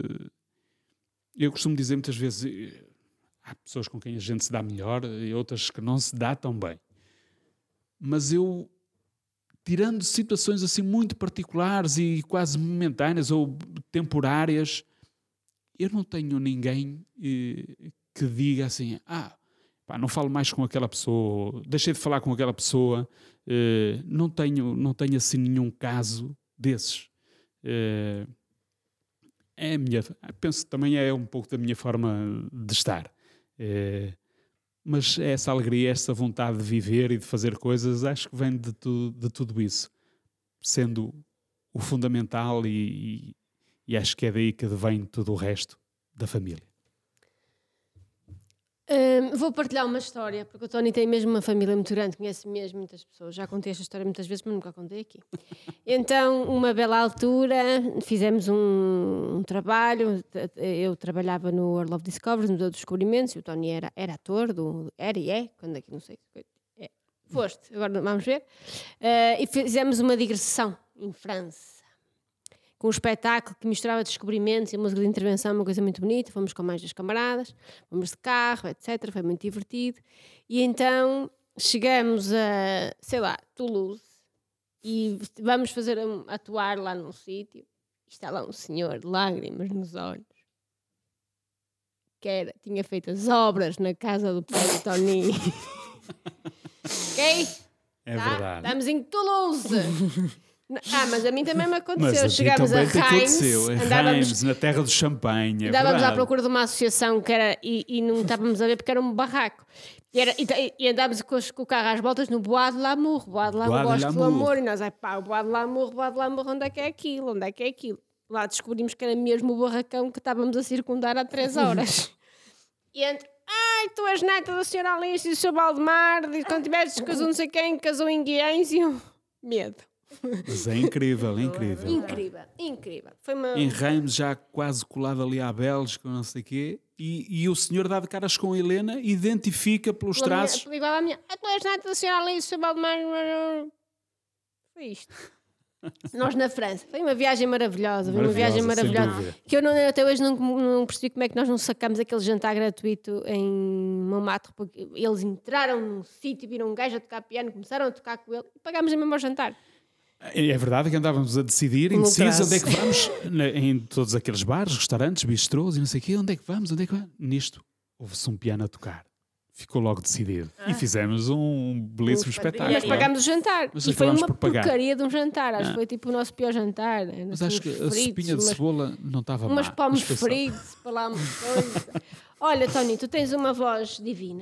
eu costumo dizer muitas vezes, há pessoas com quem a gente se dá melhor e outras que não se dá tão bem. Mas eu, tirando situações assim muito particulares e quase momentâneas ou temporárias, eu não tenho ninguém eh, que diga assim, ah, pá, não falo mais com aquela pessoa, deixei de falar com aquela pessoa, eh, não tenho, não tenho assim nenhum caso desses. Eh, é a minha, penso que também é um pouco da minha forma de estar. É, mas essa alegria, essa vontade de viver e de fazer coisas, acho que vem de, tu, de tudo isso, sendo o fundamental, e, e, e acho que é daí que vem tudo o resto da família. Hum, vou partilhar uma história, porque o Tony tem mesmo uma família muito grande, conhece mesmo muitas pessoas. Já contei esta história muitas vezes, mas nunca contei aqui. Então, uma bela altura, fizemos um, um trabalho. Eu trabalhava no World of Discovery, no Museu dos Descobrimentos, e o Tony era, era ator, do, era e é, quando aqui não sei. É, foste, agora vamos ver. Uh, e fizemos uma digressão em França, com um espetáculo que misturava descobrimentos e música de intervenção, uma coisa muito bonita. Fomos com mais dois camaradas, fomos de carro, etcétera. Foi muito divertido. E então chegamos a, sei lá, Toulouse, e vamos fazer um, atuar lá num sítio. Está lá um senhor, lágrimas nos olhos, que era, tinha feito as obras na casa do pai do Tony. Ok? É tá? verdade. Estamos em Toulouse. Ah, mas a mim também me aconteceu. Mas Chegámos a Reims, andávamos na terra do champanhe. É andávamos verdade. à procura de uma associação que era, e, e não estávamos a ver porque era um barraco. E, era, e, e andávamos com, com o carro às voltas no Bois de l'Amour. Bois de l'Amour, Bois de gosto do l'Amour. amor. E nós, é pá, o Bois de l'Amour, Bois de l'Amour, onde é que é aquilo? Onde é que é aquilo? Lá descobrimos que era mesmo o barracão que estávamos a circundar há três horas. E entre, ai, tu és neta da senhora Alice e do seu Valdemar, e quando tiveste casou não sei quem, casou em Guiães, e eu, medo. Mas é incrível, é incrível. Incrível, incrível. Foi uma... Em Reims, já quase colado ali à Bélgica, não sei o quê, e, e o senhor dá de caras com a Helena, identifica pelos Pela traços. Minha, igual à minha, ah, tu és neta da senhora Alice, do seu Valdemar. Foi isto. Nós na França. Foi uma viagem maravilhosa. Foi uma viagem Maravilhosa, sem maravilhosa. dúvida. Que eu não, até hoje não, não percebi como é que nós não sacamos aquele jantar gratuito em Montmartre, porque eles entraram num sítio, viram um gajo a tocar piano, começaram a tocar com ele e pagámos mesmo ao jantar. É verdade que andávamos a decidir, No indecisos, traço. onde é que vamos, na- em todos aqueles bares, restaurantes, bistrôs e não sei o quê, onde é que vamos, onde é que vamos? Nisto, houve-se um piano a tocar. Ficou logo decidido. E fizemos um belíssimo espetáculo. Mas pagámos o jantar. Mas e foi acabámos uma por pagar. porcaria de um jantar. Acho Ah. que foi tipo o nosso pior jantar. Era Mas assim, acho que uns a fritos, sopinha de umas- cebola não estava má. Umas pomos mas foi só- fritos, para lá umas coisas. Olha, Tony, tu tens uma voz divina.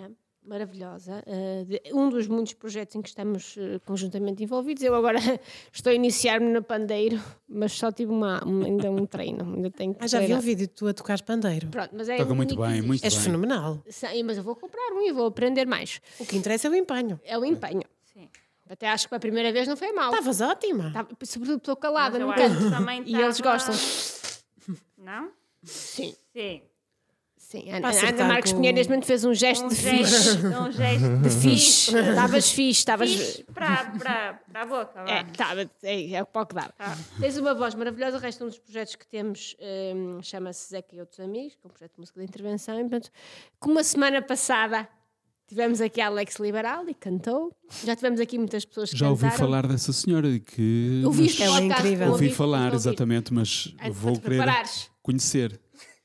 maravilhosa, uh, de, um dos muitos projetos em que estamos uh, conjuntamente envolvidos. Eu agora estou a iniciar-me na pandeiro, mas só tive uma, um, ainda um treino. Ainda tenho que Ah, já vi treinar. um vídeo de tu a tocar pandeiro. Pronto, mas é Toca o muito único que bem, existe. muito És bem. fenomenal. Sim, mas eu vou comprar um e vou aprender mais. O que interessa é o empenho. É o empenho. Sim. Até acho que para a primeira vez não foi mal. Estavas ótima. Tava, sobretudo estou calada Mas eu no acho canto. que também E eles tava- gostam. Não? Sim, Sim. sim. A Para a acertar Ana Marques com- Cunha neste momento fez um gesto Um de fixe. gesto, um gesto de Fixe. Estavas fixe, estavas. Fixe para, para, para a boca. Vá. É, tá, é, é o pau que dá. Tá. Tens uma voz maravilhosa. O resto um dos projetos que temos hum, chama-se Zeca e Outros Amigos, que é um projeto de música de intervenção. E, portanto, como a semana passada tivemos aqui a Alex Liberal e cantou, já tivemos aqui muitas pessoas que Já ouvi cantaram. falar dessa senhora e que. Ouviste mas- o Ela é podcast? incrível. Ouvi Ouviste? falar, Ouvir. exatamente, mas Antes vou de te querer preparares. conhecer.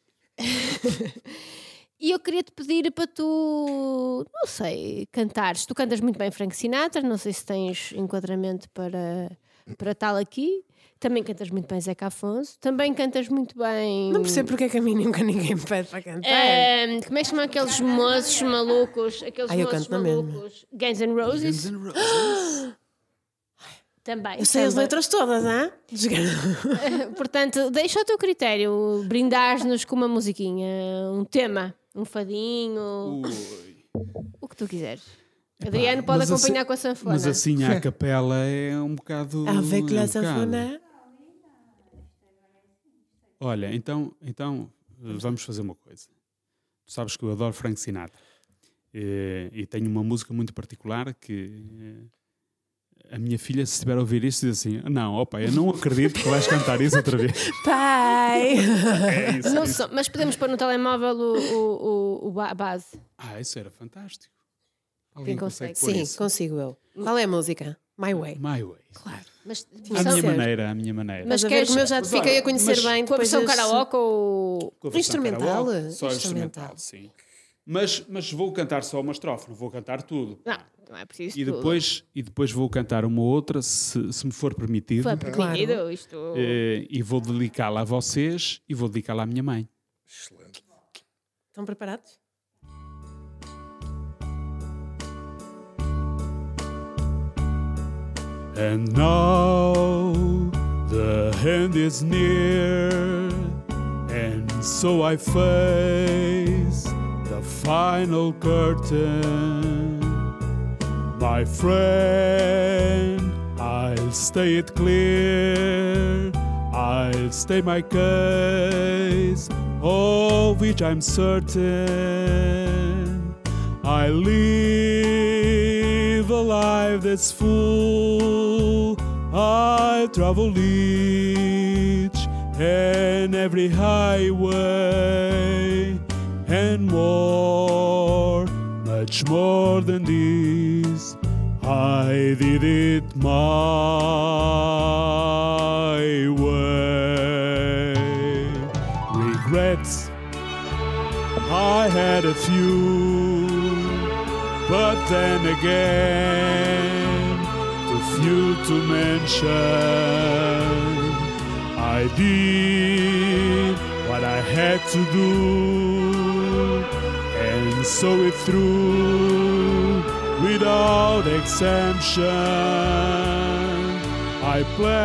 E eu queria te pedir para tu, não sei, cantares. Tu cantas muito bem Frank Sinatra, não sei se tens enquadramento para, para tal aqui. Também cantas muito bem Zeca Afonso. Também cantas muito bem. Não percebo porque é que a mim nunca ninguém me pede para cantar. Ahm, como é que se chamam aqueles moços malucos? Aqueles Ah, eu moços canto na mesma. malucos. Guns N' Roses? Guns N' Roses. Também. Eu sei as também. letras todas, hã? Portanto, deixa ao teu critério brindar-nos com uma musiquinha, um tema, um fadinho, Ui. o que tu quiseres. Adriano pode Mas acompanhar assim- com a sanfona. Mas assim à capela é um bocado. Avec é la um bocado. sanfona. Olha, então, então eh, vamos fazer uma coisa. Tu sabes que eu adoro Frank Sinatra. Eh, E tenho uma música muito particular que eh, a minha filha, se estiver a ouvir isto, diz assim: não, opa, eu não acredito que vais cantar isso outra vez. Pai! É isso. Não isso. só- mas podemos pôr no telemóvel o, o, o, o ba- base. Ah, isso era fantástico. Alguém Quem consegue? pôr Sim, isso? consigo eu. Qual é a música? My Way. My way. Claro. Mas, À só- minha ser. maneira, à minha maneira. Mas Mas a ver queres- como eu já te Mas fiquei olha, a conhecer mas bem com a depois versão desse- karaoke ou... Com a versão instrumental? karaoke, Só Instrumental. instrumental, sim. Mas, mas vou cantar só uma estrofe, não vou cantar tudo. Não, não é preciso E tudo. depois, e depois vou cantar uma outra, se, se me for permitido. Foi permitido Claro. isto. Eh, e vou dedicá-la a vocês e vou dedicá-la à minha mãe. Estão preparados? And now the end is near, and so I face the final curtain. My friend, I'll stay it clear, I'll stay my case, of which I'm certain. I live a life that's full. I travel each and every highway and more, much more than this. I did it my way. Regrets, I had a few, but then again, too few to mention. I did what I had to do and saw it through without exemption. I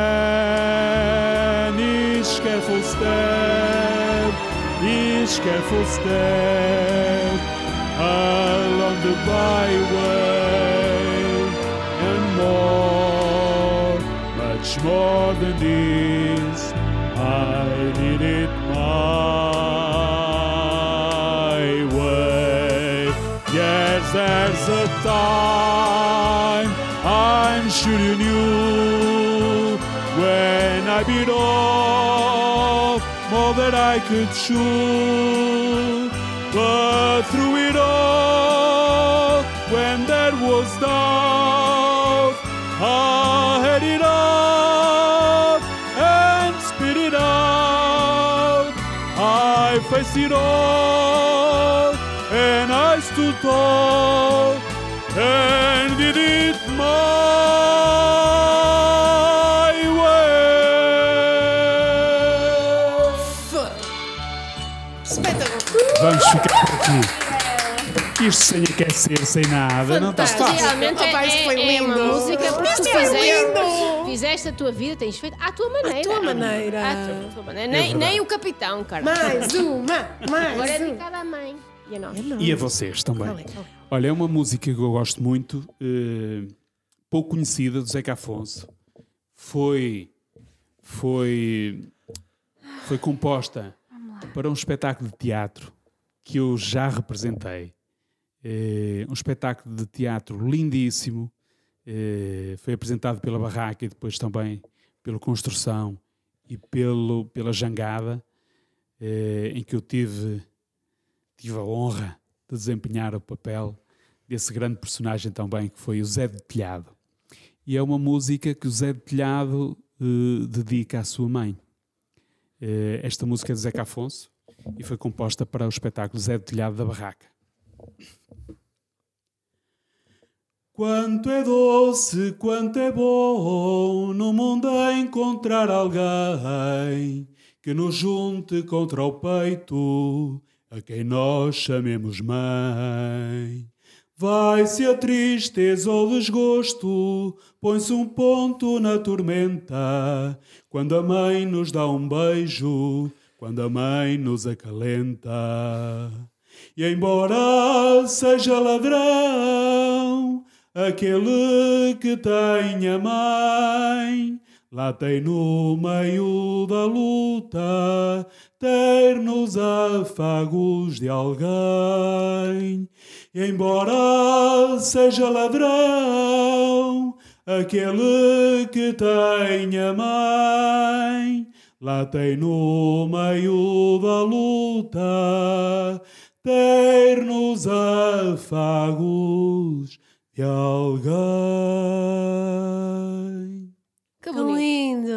plan each careful step, each careful step along the byway, and more, much more than this, I did it my way. Yes, there's a time, I'm sure you knew, when I bit off more than I could chew. But through it all, when there was doubt, I had it up and spit it out. I faced it all, and I stood tall and did it my way. Espetáculo! Vamos ficar por aqui. Isto sem aquecer, sem nada, não está Fantástico. fácil. Realmente é, Opa, isto foi é- é uma lindo. música porque tu Isto foi fizeste, lindo. fizeste a tua vida, tens feito à tua maneira. À tua maneira. À tua, à tua maneira. É nem, verdade. nem o capitão, cara. Mais uma, mais Agora é uma. dedicada à mãe. E a nós. E a vocês também. Qual é? Qual é? Olha, é uma música que eu gosto muito, eh, pouco conhecida, do Zeca Afonso. Foi, foi, foi composta para um espetáculo de teatro que eu já representei. Eh, um espetáculo de teatro lindíssimo. Eh, foi apresentado pela Barraca e depois também pela Construção e pelo, pela Jangada, eh, em que eu tive, tive a honra de desempenhar o papel desse grande personagem também, que foi o Zé de Telhado. E é uma música que o Zé de Telhado eh, dedica à sua mãe. Eh, esta música é de Zeca Afonso e foi composta para o espetáculo Zé de Telhado da Barraca. Quanto é doce, quanto é bom no mundo encontrar alguém que nos junte contra o peito a quem nós chamemos mãe. Vai-se a tristeza ou desgosto, põe-se um ponto na tormenta, quando a mãe nos dá um beijo, quando a mãe nos acalenta. E embora seja ladrão aquele que tem a mãe, lá tem no meio da luta ternos afagos de alguém. E embora seja ladrão aquele que tem a mãe, lá tem no meio da luta ternos afagos de alguém. Que Que bonito. lindo.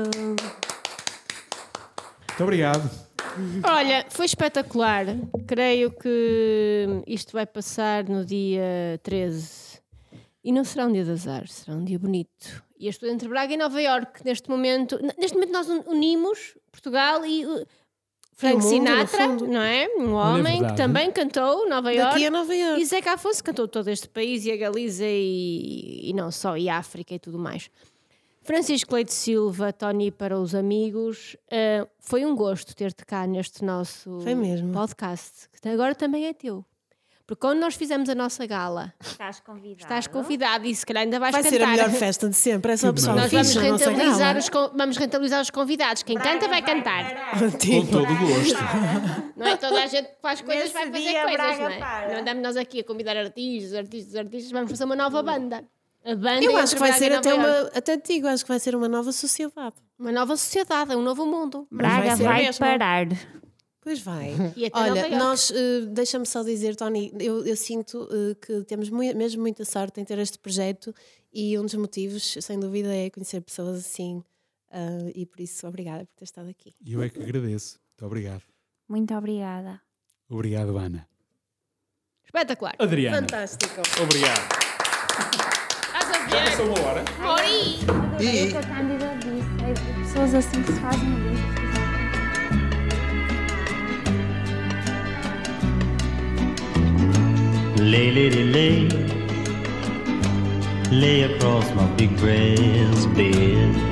Muito obrigado. Olha, foi espetacular. Creio que isto vai passar no dia treze. E não será um dia de azar, será um dia bonito. E eu estou entre Braga e Nova Iorque. Neste momento, neste momento nós unimos Portugal e uh, Frank mundo, no Sinatra, fundo. não é? Um Olha, é homem que verdade. também cantou Nova Iorque. Daqui a Nova Iorque. E Zeca Afonso cantou todo este país e a Galiza e, e não só, e a África e tudo mais. Francisco Leite Silva, Tony para os amigos, uh, foi um gosto ter-te cá neste nosso Foi mesmo. podcast, que agora também é teu. Porque quando nós fizemos a nossa gala, Estás convidado. estás convidado e se calhar ainda vais Vai cantar. ser a melhor festa de sempre. É só o pessoal Nós vamos fixe na nossa rentabilizar, gala. os, con- vamos rentabilizar os convidados. Quem canta vai cantar. Com todo o gosto. Não é toda a gente que faz coisas Nesse vai fazer dia, coisas, Braga não é? para. Não andamos nós aqui a convidar artistas, artistas, artistas. Vamos fazer uma nova banda. A banda Eu entre acho que vai Braga ser e até Nova uma. Iorque. Até te digo, acho que vai ser uma nova sociedade. Uma nova sociedade, um novo mundo. Braga Vai ser vai mesmo. parar. Pois vai. E até Nova Olha, Iorque. nós, eh, deixa-me só dizer, Tony, eu, eu sinto eh, que temos mui- mesmo muita sorte em ter este projeto e um dos motivos, sem dúvida, é conhecer pessoas assim eh, e por isso, obrigada por ter estado aqui. E eu é que agradeço. Muito obrigado. Muito obrigada. Obrigado, Ana. Espetacular. Adriana. Fantástico. Obrigado. Estás a ver? Passou uma hora. Ori! Adorei o que a Cândida disse. É pessoas assim que se fazem livros. Lay, lady, lay, lay across my big brass bed.